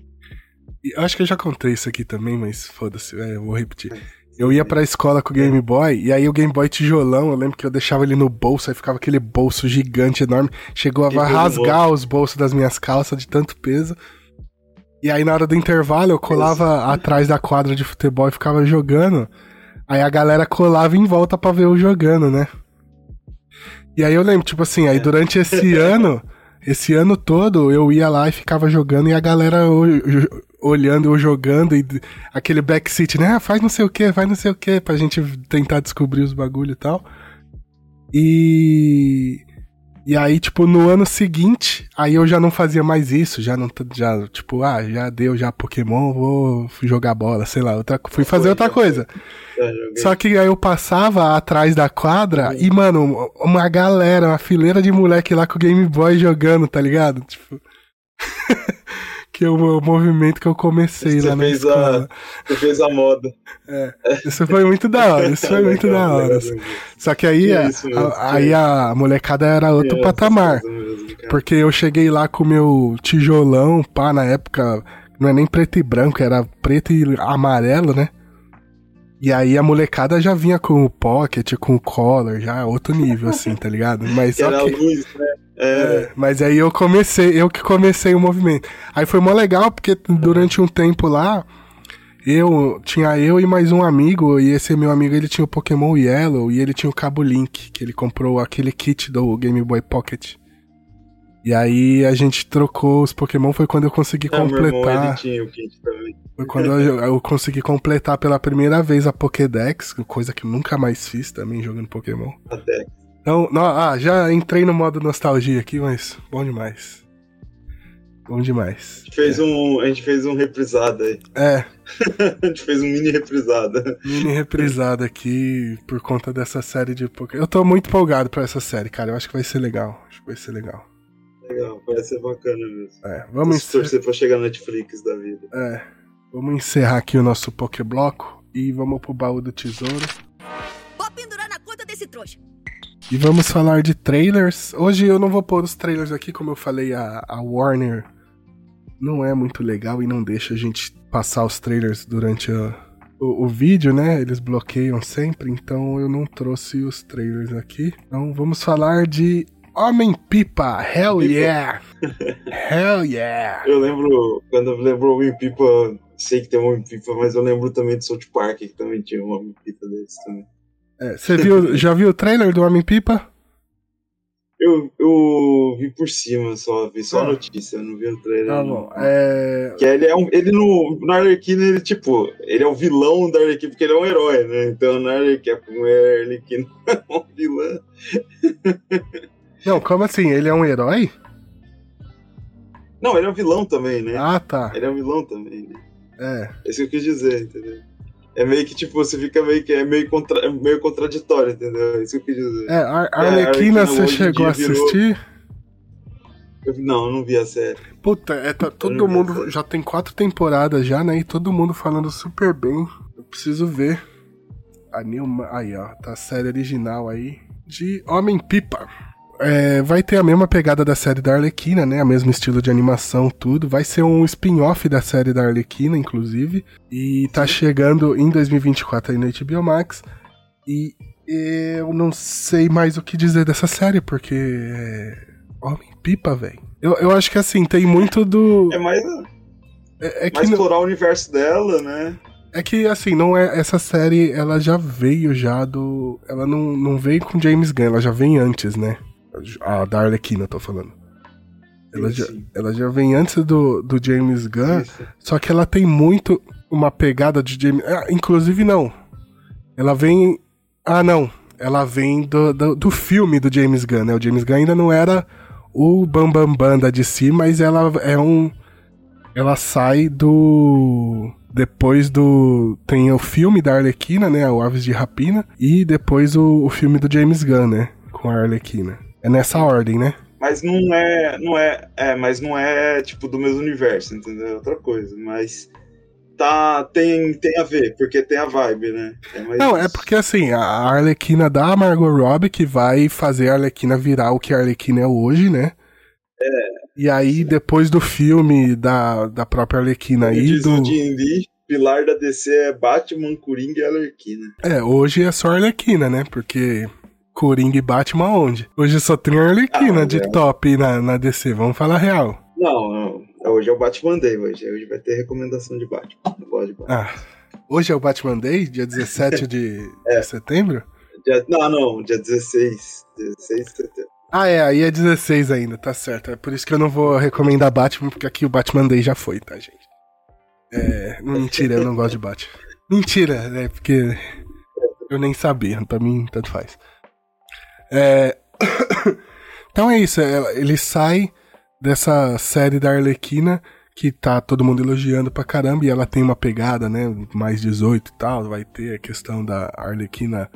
E eu acho que eu já contei isso aqui também, mas foda-se, é, eu vou repetir. Eu ia pra escola com o Game Boy, e aí o Game Boy tijolão, eu lembro que eu deixava ele no bolso, aí ficava aquele bolso gigante, enorme. Chegou a Ficou no rasgar os bolsos das minhas calças de tanto peso. E aí na hora do intervalo eu colava atrás da quadra de futebol e ficava jogando. Aí a galera colava em volta pra ver eu jogando, né? E aí eu lembro, tipo assim, aí durante esse ano, esse ano todo, eu ia lá e ficava jogando e a galera o- jo- olhando eu jogando e d- aquele backseat, né? Ah, faz não sei o que, faz não sei o que, pra gente tentar descobrir os bagulho e tal. E... E aí, tipo, no ano seguinte, aí eu já não fazia mais isso, já não, t- já, tipo, ah, já deu já Pokémon, vou jogar bola, sei lá, outra, fui fazer Foi, outra já coisa. Já joguei. Só que aí eu passava atrás da quadra e, mano, uma galera, uma fileira de moleque lá com o Game Boy jogando, tá ligado? Tipo. que é o, o movimento que eu comecei Você lá na fez a- escola. Você fez a moda. Isso foi muito da hora, isso foi muito Legal, da hora. legal. Só que aí, Que a, isso mesmo, a- aí a molecada era outro Tem essas patamar. coisas mesmo, cara. Porque eu cheguei lá com o meu tijolão, pá, na época, não é nem preto e branco, era preto e amarelo, né? E aí a molecada já vinha com o Pocket, com o Color, já outro nível, assim, tá ligado? Mas Que era ok. a luz, né? É, É, mas aí eu comecei, eu que comecei o movimento. Aí foi mó legal, porque durante um tempo lá, eu, tinha eu e mais um amigo, e esse meu amigo, ele tinha o Pokémon Yellow, e ele tinha o Cabo Link, que ele comprou aquele kit do Game Boy Pocket. E aí a gente trocou os Pokémon, foi quando eu consegui é, meu irmão, ele completar. tinha o kit também. Foi quando eu, eu consegui completar pela primeira vez a Pokédex, coisa que eu nunca mais fiz também jogando Pokémon. Até. Então, não, ah, já entrei no modo nostalgia aqui, mas bom demais. Bom demais. A gente fez, é. um, a gente fez um reprisado aí. É. A gente fez um mini reprisada. Mini reprisada aqui por conta dessa série de Pokémon. Eu tô muito empolgado pra essa série, cara. Eu acho que vai ser legal. Acho que vai ser legal. Legal, parece ser bacana mesmo. É, vamos encerrar. Torcer pra chegar na Netflix da vida. É. Vamos encerrar aqui o nosso Pokébloco e vamos pro baú do tesouro. Vou pendurar na conta desse trouxa. E vamos falar de trailers. Hoje eu não vou pôr os trailers aqui, como eu falei, a, a Warner não é muito legal e não deixa a gente passar os trailers durante a, o, o vídeo, né? Eles bloqueiam sempre, então eu não trouxe os trailers aqui. Então vamos falar de Homem-Pipa, hell yeah! Hell yeah! Eu lembro, quando eu lembro Homem-Pipa, sei que tem um Homem-Pipa, mas eu lembro também de South Park, que também tinha um Homem-Pipa desse também. É, você viu, já viu o trailer do Homem-Pipa? Eu, eu vi por cima só, vi só a Ah. notícia, eu não vi o trailer. Tá bom. É... Que ele é um, ele no, no Arlequina, ele tipo, ele é o vilão da Arlequina, porque ele é um herói, né? Então na Arlequina, como é Arlequina, é um vilão. Não, como assim? Ele é um herói? Não, ele é um vilão também, né? Ah, tá. Ele é um vilão também, né? É. É isso que eu quis dizer, entendeu? É meio que, tipo, você fica meio que, é meio, contra, é meio contraditório, entendeu? É isso que eu quis dizer. É, a É, a Arlequina, Arlequina você hoje em chegou a dia virou- assistir? Eu, não, eu não vi a série. Puta, é, tá, todo não vi mundo. essa. Já tem quatro temporadas já, né? E todo mundo falando super bem. Eu preciso ver. A Nilma. Aí, ó. Tá a série original aí. De Homem-Pipa. É, vai ter a mesma pegada da série da Arlequina, né? O mesmo estilo de animação, tudo. Vai ser um spin-off da série da Arlequina, inclusive. E tá chegando em dois mil e vinte e quatro aí no H B O Max. E eu não sei mais o que dizer dessa série, porque é Homem-Pipa, velho. Eu, eu acho que assim, tem muito do. É mais, É, é que, mais não- explorar o universo dela, né? é que assim, não é. Essa série, ela já veio já do. Ela não, não veio com James Gunn, ela já vem antes, né? A da Arlequina, eu tô falando. Ela, Sim, já, sim. ela já vem antes do, do James Gunn, Isso. só que ela tem muito uma pegada de James. Ah, inclusive, não. Ela vem. Ah, não. Ela vem do, do, do filme do James Gunn, né? O James Gunn ainda não era o Bambam Bam da D C, mas ela é um. Ela sai do. Depois do. Tem o filme da Arlequina, né? O Aves de Rapina. E depois o, o filme do James Gunn, né? Com a Arlequina. É nessa ordem, né? Mas não é, não é, é, mas não é tipo do mesmo universo, entendeu? É outra coisa, mas tá, tem, tem a ver, porque tem a vibe, né? É mais Não, é isso. porque assim, a Arlequina da Margot Robbie que vai fazer a Arlequina virar o que a Arlequina é hoje, né? É. E aí, depois do filme da, da própria Arlequina Como aí, diz do... o D and D, pilar da D C é Batman, Coringa e Arlequina. É, hoje é só Arlequina, né? Porque Coringa e Batman onde? Hoje só tem Arlequina Ah, de é. top na, na D C, vamos falar real. Não, não. Hoje é o Batman Day, hoje. Hoje vai ter recomendação de Batman. Eu gosto de Batman. Ah, hoje é o Batman Day, dia dezessete de, de setembro? Dia- não, não, dia dezesseis. dezesseis de setembro. Ah, é, aí é dezesseis ainda, tá certo. É por isso que eu não vou recomendar Batman, porque aqui o Batman Day já foi, tá, gente? É, mentira, eu não gosto de Batman. Mentira, né, porque eu nem sabia, pra mim tanto faz. É... Então é isso, é, ele sai dessa série da Arlequina, que tá todo mundo elogiando pra caramba, e ela tem uma pegada, né, mais dezoito e tal, vai ter a questão da Arlequina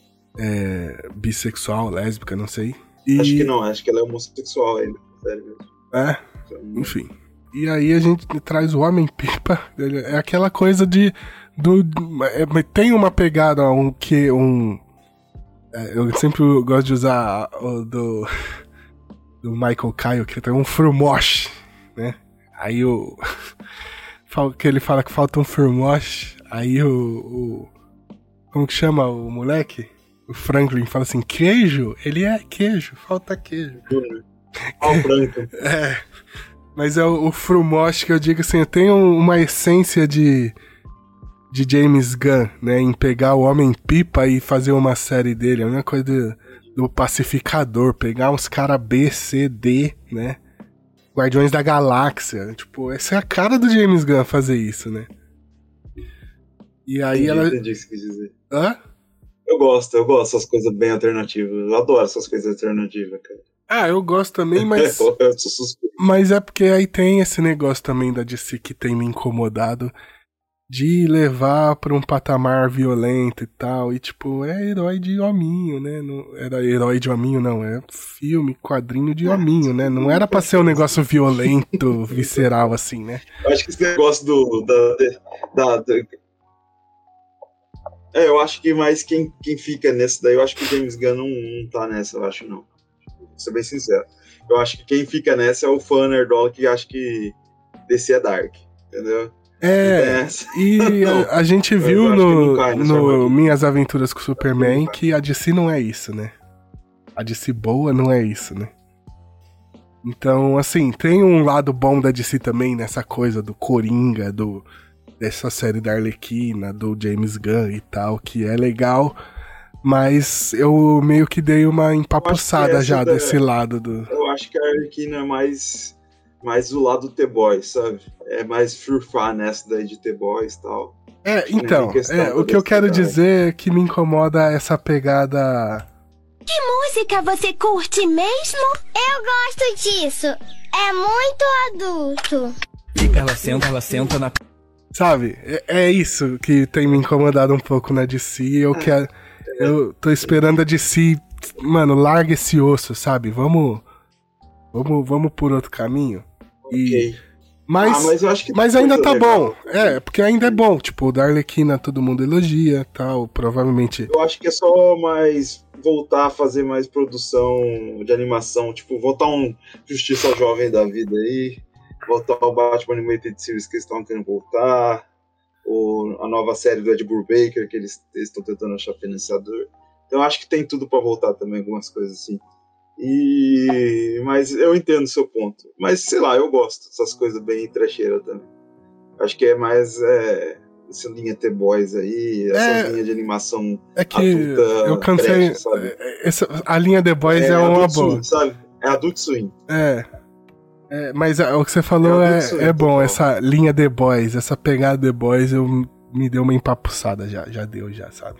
é, bissexual, lésbica, não sei. E... Acho que não, acho que ela é homossexual ainda. Sério mesmo. É, Então, enfim. E aí a gente traz o Homem-Pipa. ele- É aquela coisa de. Do, é, tem uma pegada, um que. Um, é, eu sempre gosto de usar o do. Do Michael Caio, que tem um frumoche, né? Aí o. fal- que ele fala que falta um frumoche. Aí o. o Como que chama o moleque? O Franklin fala assim, queijo? Ele é queijo, falta queijo. Ó, o branco. É, mas é o, o Frumosh que eu digo assim, eu tenho uma essência de, de James Gunn, né, em pegar o Homem-Pipa e fazer uma série dele, é a mesma coisa do, do Pacificador, pegar uns cara B, C, D, né, Guardiões da Galáxia, tipo, essa é a cara do James Gunn fazer isso, né. E aí entendi, ela... Entendi o que você quis dizer. Hã? Eu gosto, eu gosto dessas coisas bem alternativas, eu adoro essas coisas alternativas, cara. Ah, eu gosto também, mas... eu sou suspeito. Mas é porque aí tem esse negócio também da D C que tem me incomodado de levar pra um patamar violento e tal. E tipo, é herói de hominho, né? Não era herói de hominho, não. É filme, quadrinho de hominho, né? Não era pra ser um negócio violento, visceral assim, né? Eu acho que esse negócio do... Da, da, da... É, eu acho que mais quem, quem fica nesse daí, eu acho que o James Gunn não, não tá nessa, eu acho não. Vou ser bem sincero. Eu acho que quem fica nessa é o fã nerdola que acha que D C é dark, entendeu? É, e a, a gente viu no, no Minhas Aventuras com o Superman que a D C não é isso, né? A D C boa não é isso, né? Então, assim, tem um lado bom da D C também nessa coisa do Coringa, do, dessa série da Arlequina, do James Gunn e tal, que é legal, mas eu meio que dei uma empapuçada já da, desse lado do... Eu acho que a Arlequina é mais... mais do lado do T-Boys, sabe? É mais furfar nessa daí de T-Boys e tal. É, então, é, o que eu quero dizer é que me incomoda essa pegada... Que música você curte mesmo? Eu gosto disso. É muito adulto. Ela senta, ela senta na... Sabe? É, é isso que tem me incomodado um pouco na D C. Eu, quero, eu tô esperando a D C... Mano, larga esse osso, sabe? Vamos... Vamos, vamos por outro caminho. E, ok. Mas, ah, mas, eu acho que mas ainda tá legal. bom. É, porque ainda é bom. Tipo, o da Arlequina todo mundo elogia tal. Provavelmente. Eu acho que é só mais voltar a fazer mais produção de animação. Tipo, voltar um Justiça Jovem da vida aí. Voltar o Batman Animated Series que eles estão querendo voltar. Ou a nova série do Ed Brubaker que eles estão tentando achar financiador. Então eu acho que tem tudo pra voltar também, algumas coisas assim. E... Mas eu entendo o seu ponto. Mas sei lá, eu gosto dessas coisas bem trecheiras também. Acho que é mais é, essa linha T-Boys aí, essa é, linha de animação é que adulta, eu cansei. Trash, sabe? Essa, a linha T-Boys é, é uma boa. Swing, sabe? É Adult Swim. É. é mas o que você falou é, swing, é bom, essa linha The Boys, essa pegada The Boys, eu, me deu uma empapuçada já, já deu, já, sabe?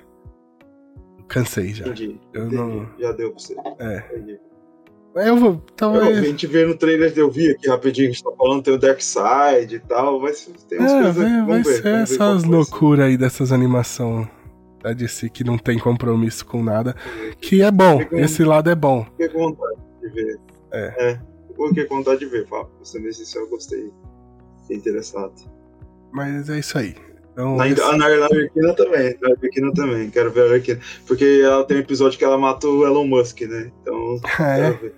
Cansei já. Entendi, eu entendi. Não... Já deu pra você. É. Entendi. Eu vou. Talvez... Eu, a gente vê no trailer, eu vi aqui rapidinho, a gente tá falando, tem o Darkseid e tal, mas tem umas é, coisas. Vai, vamos vai ver, ser vamos ver essas loucuras aí dessas animações da D C que não tem compromisso com nada. Que é bom, com, esse lado é bom. Fiquei com vontade de ver. É. É. Fiquei com vontade de ver, Fábio. Pra ser bem sincero, eu gostei. Fiquei interessado. Mas é isso aí. Então, na, esse... na, na Arlequina também, na Arlequina também, quero ver a Arlequina. Porque ela tem um episódio que ela mata o Elon Musk, né? Então, é. quero ver.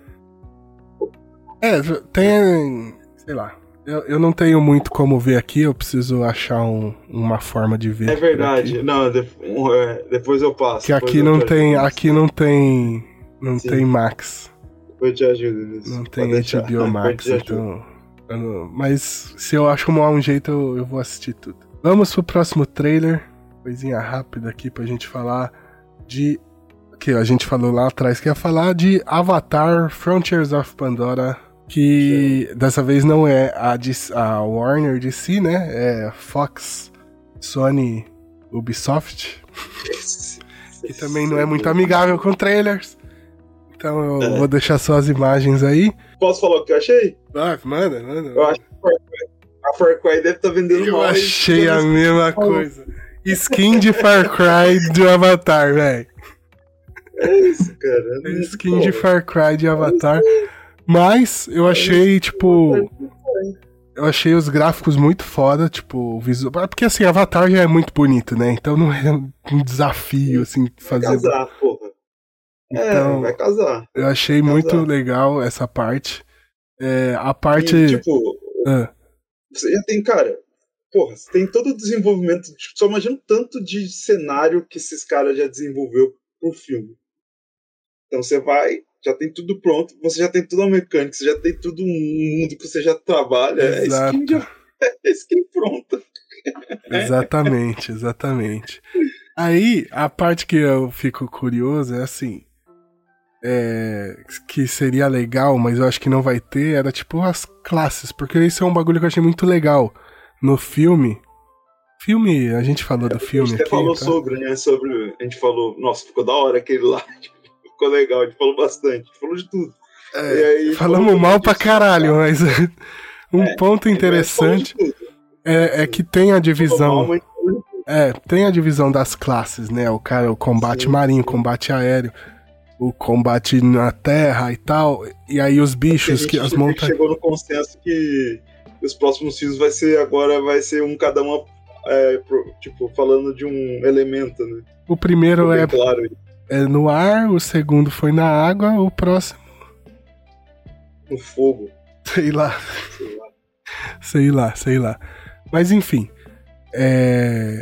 É, tem. Sei lá. Eu, eu não tenho muito como ver aqui, eu preciso achar um, uma forma de ver. É verdade. Não, de, um, é, depois eu passo. Que aqui não tem. Aqui não tem. Não Sim. tem Max. Depois eu te ajudo nisso. Não tem H B O Max, então. Eu não, mas se eu arrumar um jeito, eu, eu vou assistir tudo. Vamos pro próximo trailer. Coisinha rápida aqui pra gente falar de. Que a gente falou lá atrás que ia falar de Avatar Frontiers of Pandora. Que dessa vez não é a, D C, a Warner D C, né? É Fox, Sony, Ubisoft. Que também não é muito amigável com trailers. Então eu é. vou deixar só as imagens aí. Posso falar o que eu achei? Ah, manda, manda. Eu acho que a Far Cry deve estar tá vendendo eu mais. Eu achei a mesma coisa. Skin de Far Cry do Avatar, velho. É isso, cara. É skin de Far Cry de Avatar. Mas eu achei, tipo... Eu achei os gráficos muito foda, tipo, o visual... Porque, assim, Avatar já é muito bonito, né? Então não é um desafio, assim, fazer... Vai casar, porra. Então, é, vai casar. Eu achei vai muito casar. legal essa parte. É, a parte... E, tipo... Ah. Você já tem, cara... porra, você tem todo o desenvolvimento, só imagina o tanto de cenário que esses caras já desenvolveu pro filme. Então você vai, já tem tudo pronto, você já tem toda a mecânica, você já tem todo um mundo que você já trabalha, Exato. é skin, já, é skin pronta. Exatamente, exatamente. Aí, a parte que eu fico curioso é assim, é, que seria legal, mas eu acho que não vai ter, era tipo as classes, porque isso é um bagulho que eu achei muito legal no filme. Filme, a gente falou do filme aqui. A gente até aqui, falou tá? sobre, né, sobre, a gente falou, nossa, ficou da hora aquele lá, ficou legal, a gente falou bastante, a gente falou de tudo. É, e aí, falamos falou mal pra disso, caralho, tá? mas um É, ponto interessante é, é que tem a divisão... Mal, É, tem a divisão das classes, né? O cara, o combate Sim, marinho, o sim. combate aéreo, o combate na terra e tal. E aí os bichos, a que gente as montanhas. chegou no consenso que os próximos filmes vai ser agora, vai ser um cada uma, é, pro- tipo, falando de um elemento, né? O primeiro Ficou bem é, claro, é no ar, o segundo foi na água, o próximo, no fogo, sei lá, sei lá. sei lá, sei lá. Mas enfim. É.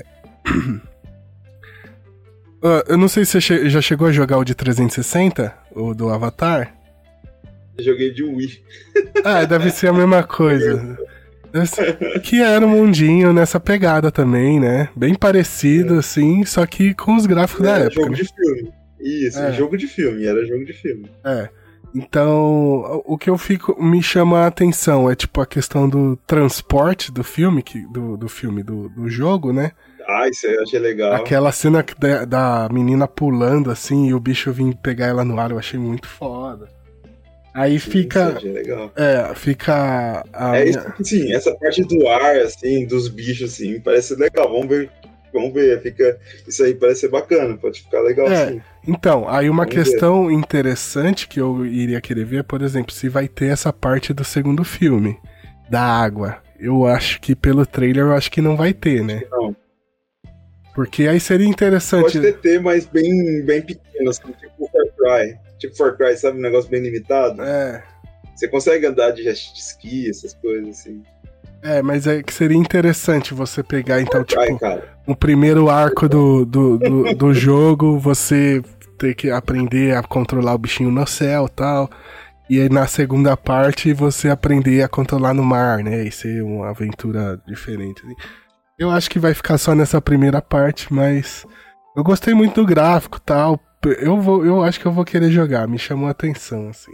Ah, eu não sei se você che- já chegou a jogar o de trezentos e sessenta, o do Avatar. Eu joguei de Wii. Ah, deve ser a mesma coisa. Deve ser- Que era um mundinho nessa pegada também, né? Bem parecido, assim, só que com os gráficos da Era época. jogo Né? de filme. Isso, É. jogo de filme, era jogo de filme. É. Então, o que eu fico me chama a atenção é tipo a questão do transporte do filme, que, do, do filme, do, do jogo, né? Ah, isso aí eu achei legal. Aquela cena que da, da menina pulando assim e o bicho vir pegar ela no ar, eu achei muito foda. Aí Sim, fica. isso eu achei legal. É, fica. A É minha- isso que, sim, essa parte do ar, assim, dos bichos, assim, parece legal. Vamos ver, vamos ver. Fica, isso aí parece ser bacana, pode ficar legal, É. sim. Então, aí uma Vamos ver. questão interessante que eu iria querer ver, por exemplo, se vai ter essa parte do segundo filme, da água. Eu acho que pelo trailer, eu acho que não vai ter, né? Não, Porque aí seria interessante. pode ter, ter, mas bem, bem pequeno, assim, tipo Far Cry. Tipo Far Cry, sabe? Um negócio bem limitado. É, Você consegue andar de jet ski, essas coisas, assim. é, mas é que seria interessante você pegar, então, Far Cry, tipo, cara. o primeiro arco do, do, do, do jogo, você ter que aprender a controlar o bichinho no céu e tal. E aí na segunda parte você aprender a controlar no mar, né? E ser uma aventura diferente. assim. Eu acho que vai ficar só nessa primeira parte, mas eu gostei muito do gráfico e tal. Eu, vou, eu acho que eu vou querer jogar, me chamou a atenção, assim.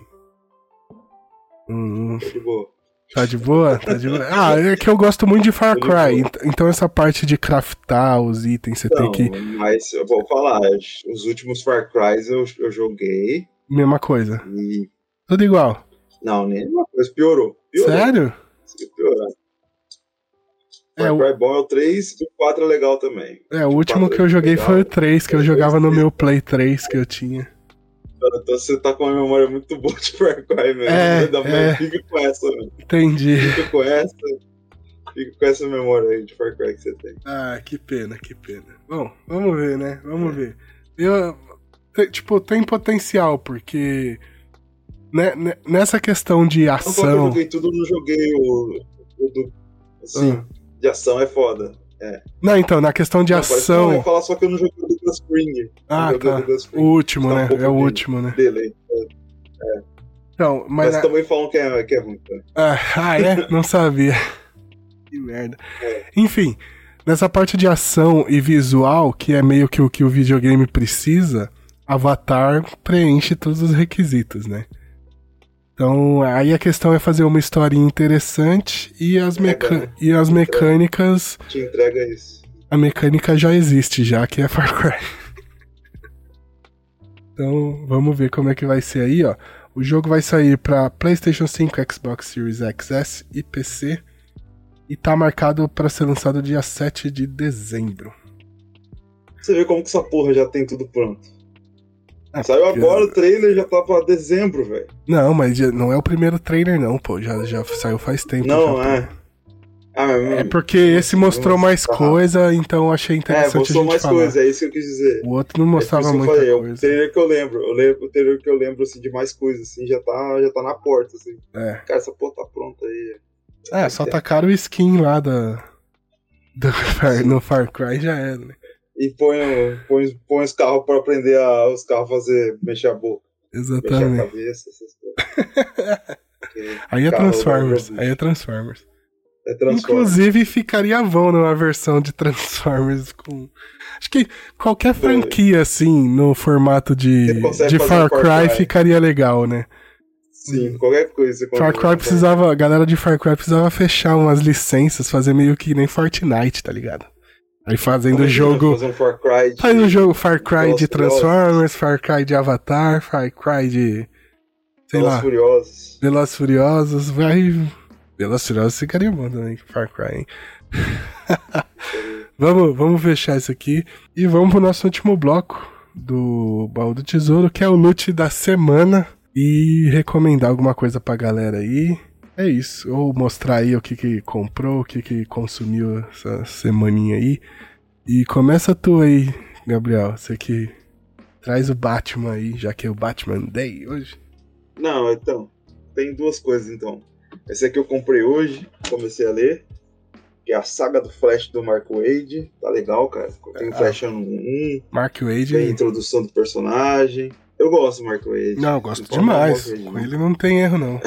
Hum, Tá de boa. tá de boa? Tá de boa? Ah, é que eu gosto muito de Far Cry. ent- Então essa parte de craftar os itens, você Não, tem que. mas eu vou falar, os últimos Far Crys eu, eu joguei Mesma coisa. e. Tudo igual. Não, nem uma coisa, piorou. piorou. Sério? Piorar. É, Far o- Cry bom é o três e o quatro é legal também. É, o O último quatro que eu é joguei legal. foi o três, que eu O jogava dois, no três. meu Play três que eu tinha. Então você tá com uma memória muito boa de Far Cry mesmo. É, Ainda mais, é. Fica com essa, mano. Entendi. Fica com essa. Fica com essa memória aí de Far Cry que você tem. Ah, que pena, que pena. Bom, vamos ver, né? Vamos ver. Eu, te- tipo, tem potencial, porque né, né, nessa questão de Não, quando eu ação. joguei tudo, eu não joguei o, o do. Assim, Ah. de ação é foda. Não, então, na questão de Não, parece que não, eu ação. ia falar só que eu não joguei o Douglas Spring. Ah, Eu joguei tá. Douglas O Spring. último, Tá um né? pouco É o de- último, né? Dele. Então, mas. Mas na- também falam que é, que é ruim. Tá? Ah, ah, é? Não sabia. Que merda. É. Enfim, nessa parte de ação e visual, que é meio que o que o videogame precisa, Avatar preenche todos os requisitos, né? Então, aí a questão é fazer uma historinha interessante e as, meca- Entrega, né? e as mecânicas. Te entrega isso. A mecânica já existe, já que é Far Cry. Então, vamos ver como é que vai ser aí, ó. O jogo vai sair pra PlayStation cinco, Xbox Series X S e P C. E tá marcado pra ser lançado dia sete de dezembro. Você vê como que essa porra já tem tudo pronto. Ah, Saiu porque- agora o trailer, já tá pra dezembro, velho. Não, mas já- não é o primeiro trailer, não, pô. Já, já saiu faz tempo. Não, já, é. pô. Ah, mas, É porque esse mostrou mais Tá. coisa, então eu achei É, interessante mostrou a gente mais falar. coisa, é isso que eu quis dizer. O outro não É por mostrava isso que eu muita falei, é o coisa. trailer que eu lembro. Eu lembro. O trailer que eu lembro, assim, de mais coisa, assim, já tá, já tá na porta, assim. É. Cara, essa porra tá pronta aí. É, só tacaram o skin lá da, Do Far, no Far Cry já era, né? E põe, põe, põe os carros pra aprender a, os carros a fazer, mexer a boca. Exatamente. Mexer a cabeça, essas coisas. Aí é Transformers. Aí é Transformers. É Transformers. Inclusive, ficaria bom numa versão de Transformers com... Acho que qualquer franquia, assim, no formato de, de Far, Far Cry, Cry ficaria legal, né? Sim, qualquer coisa. Far Cry precisava... A galera de Far Cry precisava fechar umas licenças, fazer meio que nem Fortnite, tá ligado? Aí fazendo o jogo... Fazer um Far Cry de... Fazendo um jogo Far Cry de Transformers, Far Cry de Avatar, Far Cry de... Sei lá. Furiosos. Velozes Furiosos, vai... Velozes Furiosos ficaria bom também, Far Cry, hein? vamos, vamos fechar isso aqui e vamos pro nosso último bloco do Baú do Tesouro, que é o loot da semana, e recomendar alguma coisa pra galera aí. É isso, ou mostrar aí o que que comprou, o que que consumiu essa semaninha aí. E começa tu aí, Gabriel, você que traz o Batman aí, já que é o Batman Day hoje. Não, então, tem duas coisas então. Esse aqui eu comprei hoje, comecei a ler, que é a saga do Flash do Mark Waid. Tá legal, cara. Tem o Flash ano um, Mark Waid. Tem a introdução do personagem. Eu gosto do Mark Waid. Não, eu gosto demais. Waid, Com ele não tem erro, não.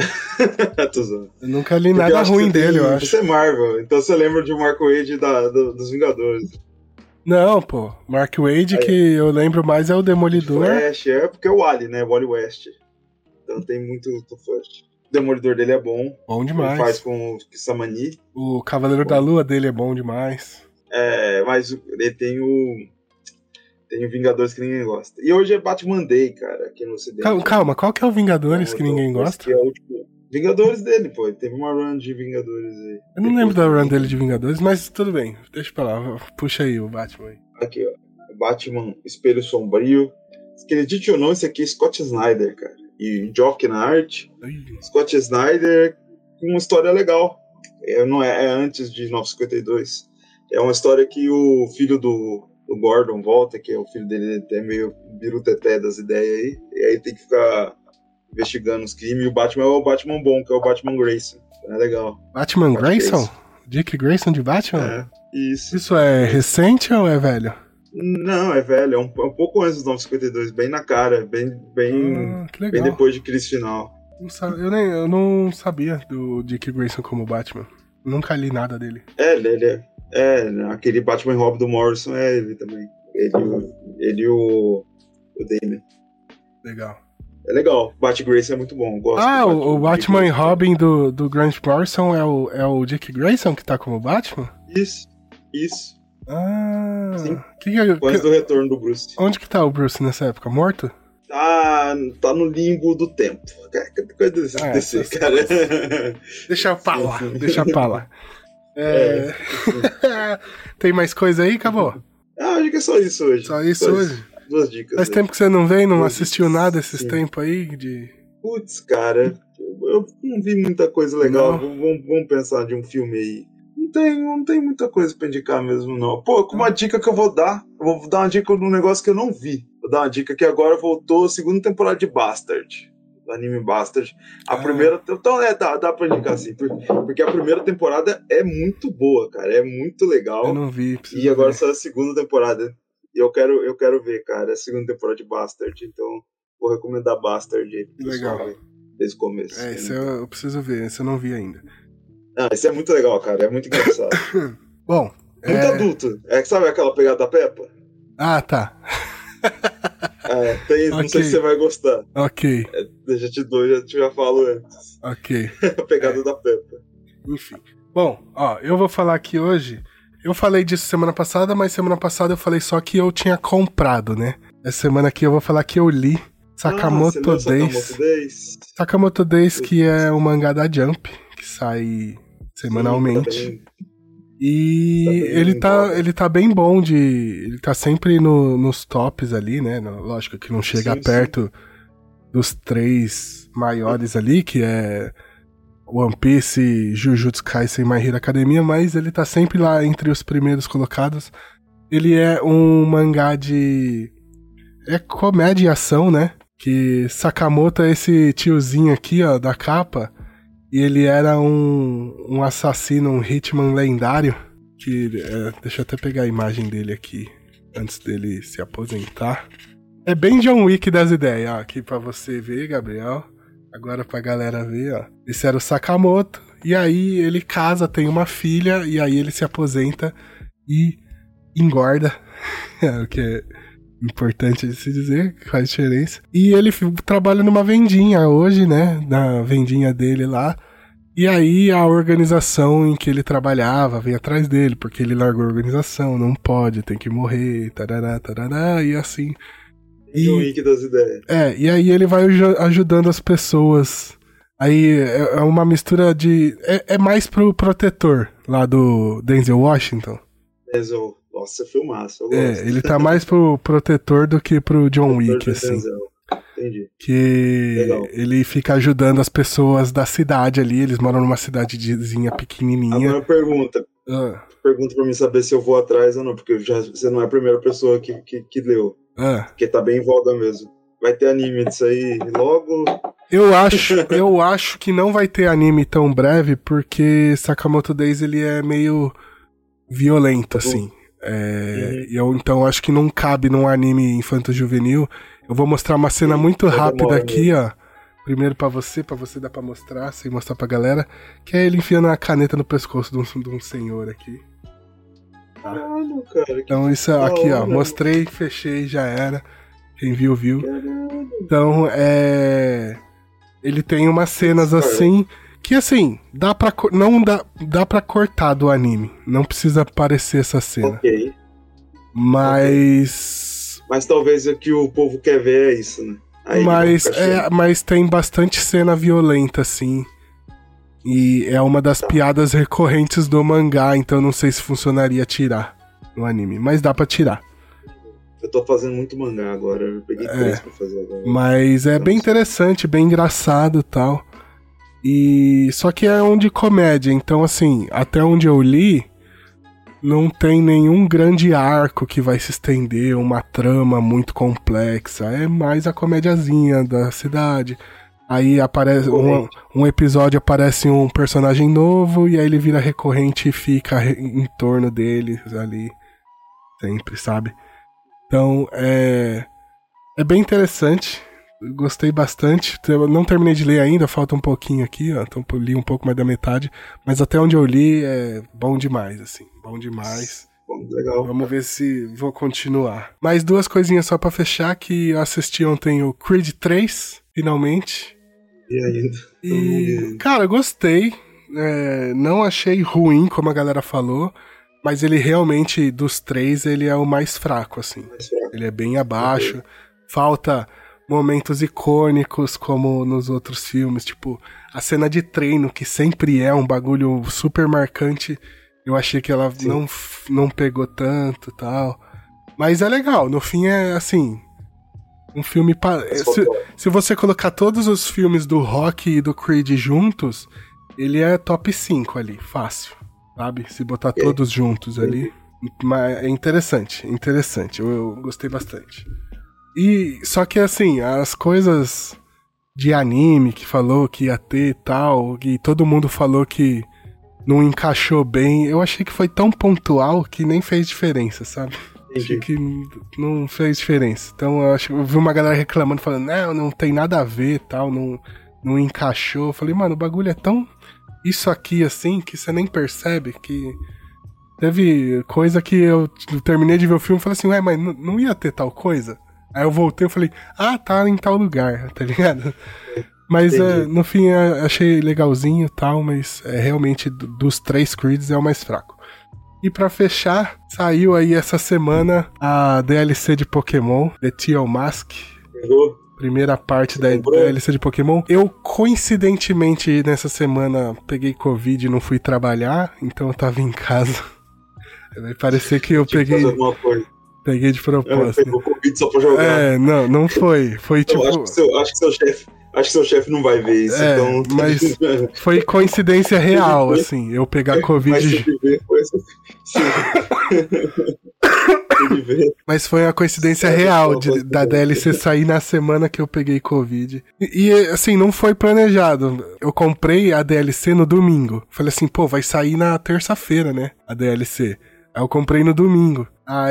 Eu nunca li Porque nada ruim dele, tem, eu acho. Você é Marvel, então você lembra de Mark Waid da, do, dos Vingadores. Não, pô. Mark Waid, que eu lembro mais é o Demolidor. Flash, é porque é o Wally, né? Wally West. Então tem muito do Flash. O Demolidor dele é bom. Bom demais. Ele faz com o Kissamani. O Cavaleiro bom. da Lua dele é bom demais. É, mas ele tem o... Tem o Vingadores que ninguém gosta. E hoje é Batman Day, cara, aqui no Ocidente. Calma, calma, qual que é o Vingadores então, que ninguém então, gosta? Que é o último... Vingadores dele, pô. Ele teve uma run de Vingadores aí. Eu não lembro da run dele de Vingadores, mas tudo bem. Deixa pra lá. Puxa aí o Batman aí. Aqui, ó. Batman Espelho Sombrio. Acredite ou não, esse aqui é Scott Snyder, cara. E Jock na arte. Ai. Scott Snyder com uma história legal. É, não é, é antes de novecentos e cinquenta e dois. É uma história que o filho do, do Gordon volta, que é o filho dele, é meio biruteté das ideias aí. E aí tem que ficar investigando os crimes. E o Batman é o Batman bom, que é o Batman Grayson. É legal. Batman Grayson? Dick Grayson de Batman? É, isso. Isso é recente ou é velho? Não, é velho, é um, é um pouco antes dos novecentos e cinquenta e dois, bem na cara, bem, bem, ah, bem depois de Crise Final. Eu, nem, eu não sabia do Dick Grayson como Batman, nunca li nada dele. É, ele é, é aquele Batman Robin do Morrison é ele também, ele e o, o Damian. Legal. É legal, Bat Grayson é muito bom, gosto. Ah, do o, o Batman e Robin do, do Grant Morrison é o, é o Dick Grayson que tá como Batman? Isso, isso. Ah, sim. Que que, Depois que, do retorno do Bruce. Onde que tá o Bruce nessa época? Morto? Tá, tá no limbo do tempo. Coisa desse, ah, desse cara. Deixa pra lá, deixa pra lá. É... É. Tem mais coisa aí, acabou? Ah, acho que é só isso hoje. Só isso só hoje? Isso. Duas dicas. Faz aí. tempo que você não vem, não Duas assistiu dicas. nada esses Sim. tempos aí de... Putz, cara, eu não vi muita coisa legal. Vamos, vamos pensar de um filme aí. Não tem, não tem muita coisa pra indicar mesmo, não. Pô, uma dica que eu vou dar, eu vou dar uma dica de um negócio que eu não vi. Vou dar uma dica que agora voltou a segunda temporada de Bastard, do anime Bastard. A ah. primeira, então é, dá, dá pra indicar assim, porque a primeira temporada é muito boa, cara, é muito legal. Eu não vi. E agora ver. Só a segunda temporada. E eu quero, eu quero ver, cara, a segunda temporada de Bastard, então vou recomendar Bastard aí. Legal. Pessoal, desde o começo. É, isso eu, eu preciso ver, esse eu não vi ainda. Ah, isso é muito legal, cara. É muito engraçado. Bom. Muito é... adulto. É que sabe aquela pegada da Peppa? Ah, tá. É, tem isso, okay. Não sei se você vai gostar. Ok. É, deixa eu te dou, já, já falo antes. Ok. A pegada é. da Peppa. Enfim. Bom, ó, eu vou falar aqui hoje. Eu falei disso semana passada, mas semana passada eu falei só que eu tinha comprado, né? Essa semana aqui eu vou falar que eu li Sakamoto ah, Days. Days. Sakamoto Days, que é o mangá da Jump, que sai semanalmente. Sim, tá e tá ele, tá, ele tá bem bom de... Ele tá sempre no, nos tops ali, né? Lógico que não chega sim, perto sim. dos três maiores ali, que é One Piece, Jujutsu Kaisen e My Hero Academia, mas ele tá sempre lá entre os primeiros colocados. Ele é um mangá de... É comédia e ação, né? Que Sakamoto é esse tiozinho aqui, ó, da capa... E ele era um, um assassino, um hitman lendário. Que, é, deixa eu até pegar a imagem dele aqui, antes dele se aposentar. É bem John Wick das ideias, ó, aqui pra você ver, Gabriel. Agora pra galera ver, ó. Esse era o Sakamoto, e aí ele casa, tem uma filha, e aí ele se aposenta e engorda. É o que é importante de se dizer, que faz diferença. E ele f- trabalha numa vendinha hoje, né? Na vendinha dele lá. E aí a organização em que ele trabalhava veio atrás dele, porque ele largou a organização, não pode, tem que morrer, tarará, tarará, e assim. E, John Wick das ideias. é, e aí ele vai aj- ajudando as pessoas. Aí é, é uma mistura de... É, é mais pro protetor, lá do Denzel Washington. Denzel. Nossa, filmaço, eu gosto. É, ele tá mais pro protetor do que pro John Wick, Protetor do assim. Denzel. Entendi. Que Legal. ele fica ajudando as pessoas da cidade ali, eles moram numa cidadezinha pequenininha. Agora pergunta. Ah, Pergunta pra mim saber se eu vou atrás ou não, porque eu já, você não é a primeira pessoa que, que, que leu. ah. Porque tá bem em voga mesmo. Vai ter anime disso aí logo. Eu acho, eu acho que não vai ter anime tão breve, porque Sakamoto Days ele é meio violento, assim. É, e eu, então acho que não cabe num anime infanto-juvenil. Eu vou mostrar uma cena muito vai rápida demorar aqui, ó. Primeiro pra você, pra você dar pra mostrar, sem mostrar pra galera. Que é ele enfiando a caneta no pescoço de um, de um senhor aqui. Caralho, cara. Que Então isso da aqui, ó. hora. Mostrei, fechei, já era. Quem viu, viu. Caralho. Então, é... Ele tem umas cenas assim... Que, assim, dá pra... co- Não dá, dá pra cortar do anime. Não precisa aparecer essa cena. Ok. Mas... Mas talvez o que o povo quer ver é isso, né? Aí Mas, fica é, cheio. mas tem bastante cena violenta, assim. E é uma das piadas recorrentes do mangá, então não sei se funcionaria tirar no anime. Mas dá pra tirar. Eu tô fazendo muito mangá agora. Eu peguei É. três pra fazer agora. Mas é bem interessante, bem engraçado e tal. E só que é um de comédia, então assim, até onde eu li, não tem nenhum grande arco que vai se estender, uma trama muito complexa. É mais a comédiazinha da cidade. Aí aparece um, um episódio, aparece um personagem novo e aí ele vira recorrente e fica re- em torno deles ali sempre, sabe? Então é é bem interessante. Eu gostei bastante. Eu não terminei de ler ainda, falta um pouquinho aqui, ó. Então eu li um pouco mais da metade, mas até onde eu li é bom demais, assim, bom demais. Bom, legal. Vamos ver se vou continuar. Mais duas coisinhas só pra fechar, que eu assisti ontem o Creed três, finalmente. E ainda? E, cara, eu gostei. É, não achei ruim, como a galera falou, mas ele realmente, dos três, ele é o mais fraco, assim. Mais fraco. Ele é bem abaixo. Falta momentos icônicos, como nos outros filmes, tipo, a cena de treino, que sempre é um bagulho super marcante. Eu achei que ela não, não pegou tanto e tal. Mas é legal, no fim é assim. Um filme. Pa... Se, se você colocar todos os filmes do Rock e do Creed juntos, ele é top cinco ali, fácil. Sabe? Se botar Okay. todos juntos ali. Mas é interessante, interessante. Eu, eu gostei bastante. E só que assim, as coisas de anime que falou que ia ter e tal, e todo mundo falou que não encaixou bem, eu achei que foi tão pontual que nem fez diferença, sabe? Achei que não fez diferença. Então eu, acho, eu vi uma galera reclamando, falando, não, não tem nada a ver tal, não, não encaixou. Eu falei, mano, o bagulho é tão isso aqui assim que você nem percebe que teve coisa que eu terminei de ver o filme e falei assim, ué, mas não, não ia ter tal coisa? Aí eu voltei e falei, ah, tá em tal lugar, tá ligado? Mas é, no fim é, achei legalzinho e tal, mas é, realmente dos três Creeds é o mais fraco. E pra fechar, saiu aí essa semana a D L C de Pokémon, The Teal Mask. Pegou? Primeira parte da D L C de Pokémon. Eu, coincidentemente, nessa semana peguei Covid e não fui trabalhar, então eu tava em casa. Vai parecer que eu Tinha que peguei... fazer alguma coisa. Peguei de propósito. É, pegou Covid só pra jogar. É, não, não foi. Foi Então, tipo... acho que seu, acho que seu chefe... Acho que seu chefe não vai ver isso, É, então... mas foi coincidência real, assim, eu pegar Covid... Mas se viver, foi assim. Pude ver. Mas foi uma coincidência Sério, real só de- você da ver. D L C sair na semana que eu peguei Covid. E, e, assim, não foi planejado. Eu comprei a D L C no domingo. Falei assim, pô, vai sair na terça-feira, né? A D L C. Aí eu comprei no domingo.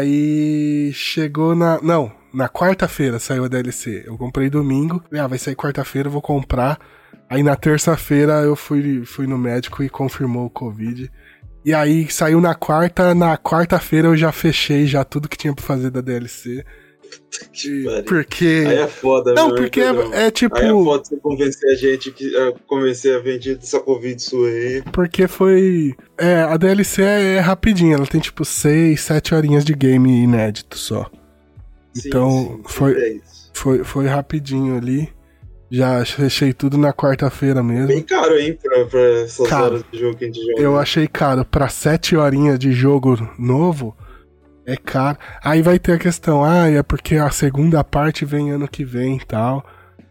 Aí chegou na... Não, na quarta-feira saiu a D L C. Eu comprei domingo. Falei, ah, vai sair quarta-feira, eu vou comprar. Aí na terça-feira eu fui, fui no médico e confirmou o Covid. E aí saiu na quarta, na quarta-feira eu já fechei já tudo que tinha pra fazer da D L C. Que pariu. Porque... Aí é foda, Não, meu, porque entendeu? é, é tipo... Aí é foda você convencer a gente, que, é, convencer a gente dessa Covid sua aí. Porque foi... É, a D L C é, é rapidinha, ela tem tipo seis, sete horinhas de game inédito só. Sim, Então, sim, foi, é isso. foi, foi rapidinho ali. Já fechei tudo na quarta-feira mesmo. Bem caro, hein, pra, pra essas Caro. horas de jogo que a gente joga. Eu achei caro. Pra sete horinhas de jogo novo, é caro. Aí vai ter a questão, ah, é porque a segunda parte vem ano que vem e tal.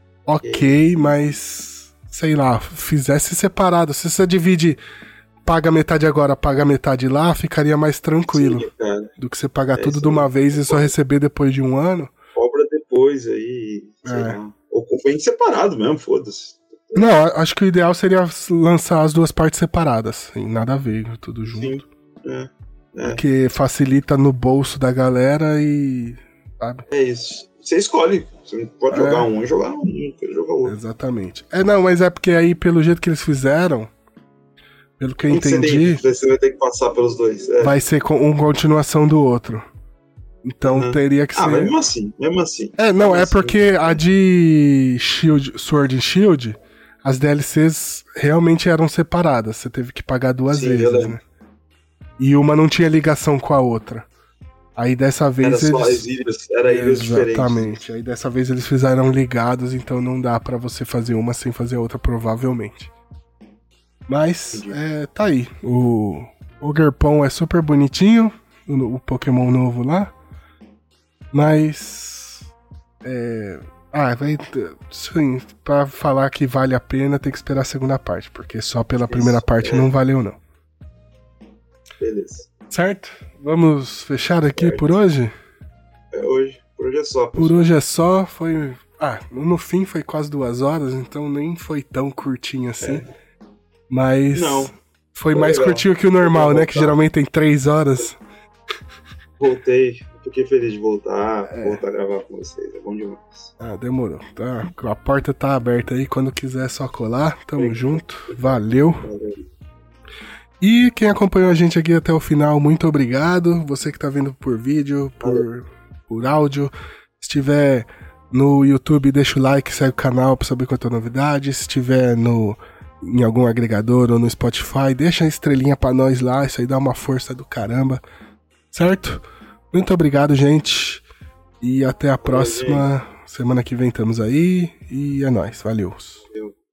Ok, mas... Sei lá, fizesse separado. Se você divide, paga metade agora, paga metade lá, ficaria mais tranquilo. Sim, cara. Do que você pagar É tudo isso de uma aí. vez e só receber depois de um ano. Cobra depois aí, sei É. lá. Ou vem separado mesmo, foda-se. Não, a- acho que o ideal seria lançar as duas partes separadas. Assim, nada a ver, tudo junto. Sim. É, é. Porque facilita no bolso da galera e... Sabe? é isso. Você escolhe. Você pode É. jogar um e jogar um, pode jogar outro. Exatamente. É, não, mas é porque aí, pelo jeito que eles fizeram, pelo que eu Como que você entendi, tem- Você vai ter que passar pelos dois. É. vai ser com uma continuação do outro. Então Uhum. teria que Ah, mas ser... mesmo assim, mesmo assim. É, não, Mesmo é assim. porque a de Shield, Sword and Shield, as D L Cs realmente eram separadas. Você teve que pagar duas Sim, eu vezes, lembro. né? E uma não tinha ligação com a outra. Aí dessa Era vez só eles... as ilhas, era ilhas diferentes. Exatamente. Aí dessa vez eles fizeram ligados, então não dá pra você fazer uma sem fazer a outra, provavelmente. Mas, Entendi. é, tá aí. O, o Gerpon é super bonitinho, o, o Pokémon novo lá. Mas... É... Ah, vai... Sim, pra falar que vale a pena, tem que esperar a segunda parte, porque só pela primeira Isso, parte é. não valeu, não. Beleza. Certo? Vamos fechar aqui Certo. por hoje? É hoje. Por hoje é só. Por hoje é só, foi... Ah, no fim foi quase duas horas, então nem foi tão curtinho assim. Mas... Não. Foi Foi mais legal. curtinho que o normal, Foi né? bom Que voltar. geralmente tem três horas. Voltei. Fiquei feliz de voltar. É. Voltar a gravar com vocês. É bom demais. Ah, demorou. Tá, a porta tá aberta aí, quando quiser é só colar. Tamo Obrigado. junto. Valeu. Valeu. E quem acompanhou a gente aqui até o final, muito obrigado. Você que tá vendo por vídeo, por, por áudio. Se estiver no YouTube, deixa o like, segue o canal pra saber quanta novidade. Se estiver no, em algum agregador ou no Spotify, deixa a estrelinha pra nós lá. Isso aí dá uma força do caramba. Certo? Muito obrigado, gente. E até a próxima. Semana que vem estamos aí. E é nóis. Valeu. Valeu.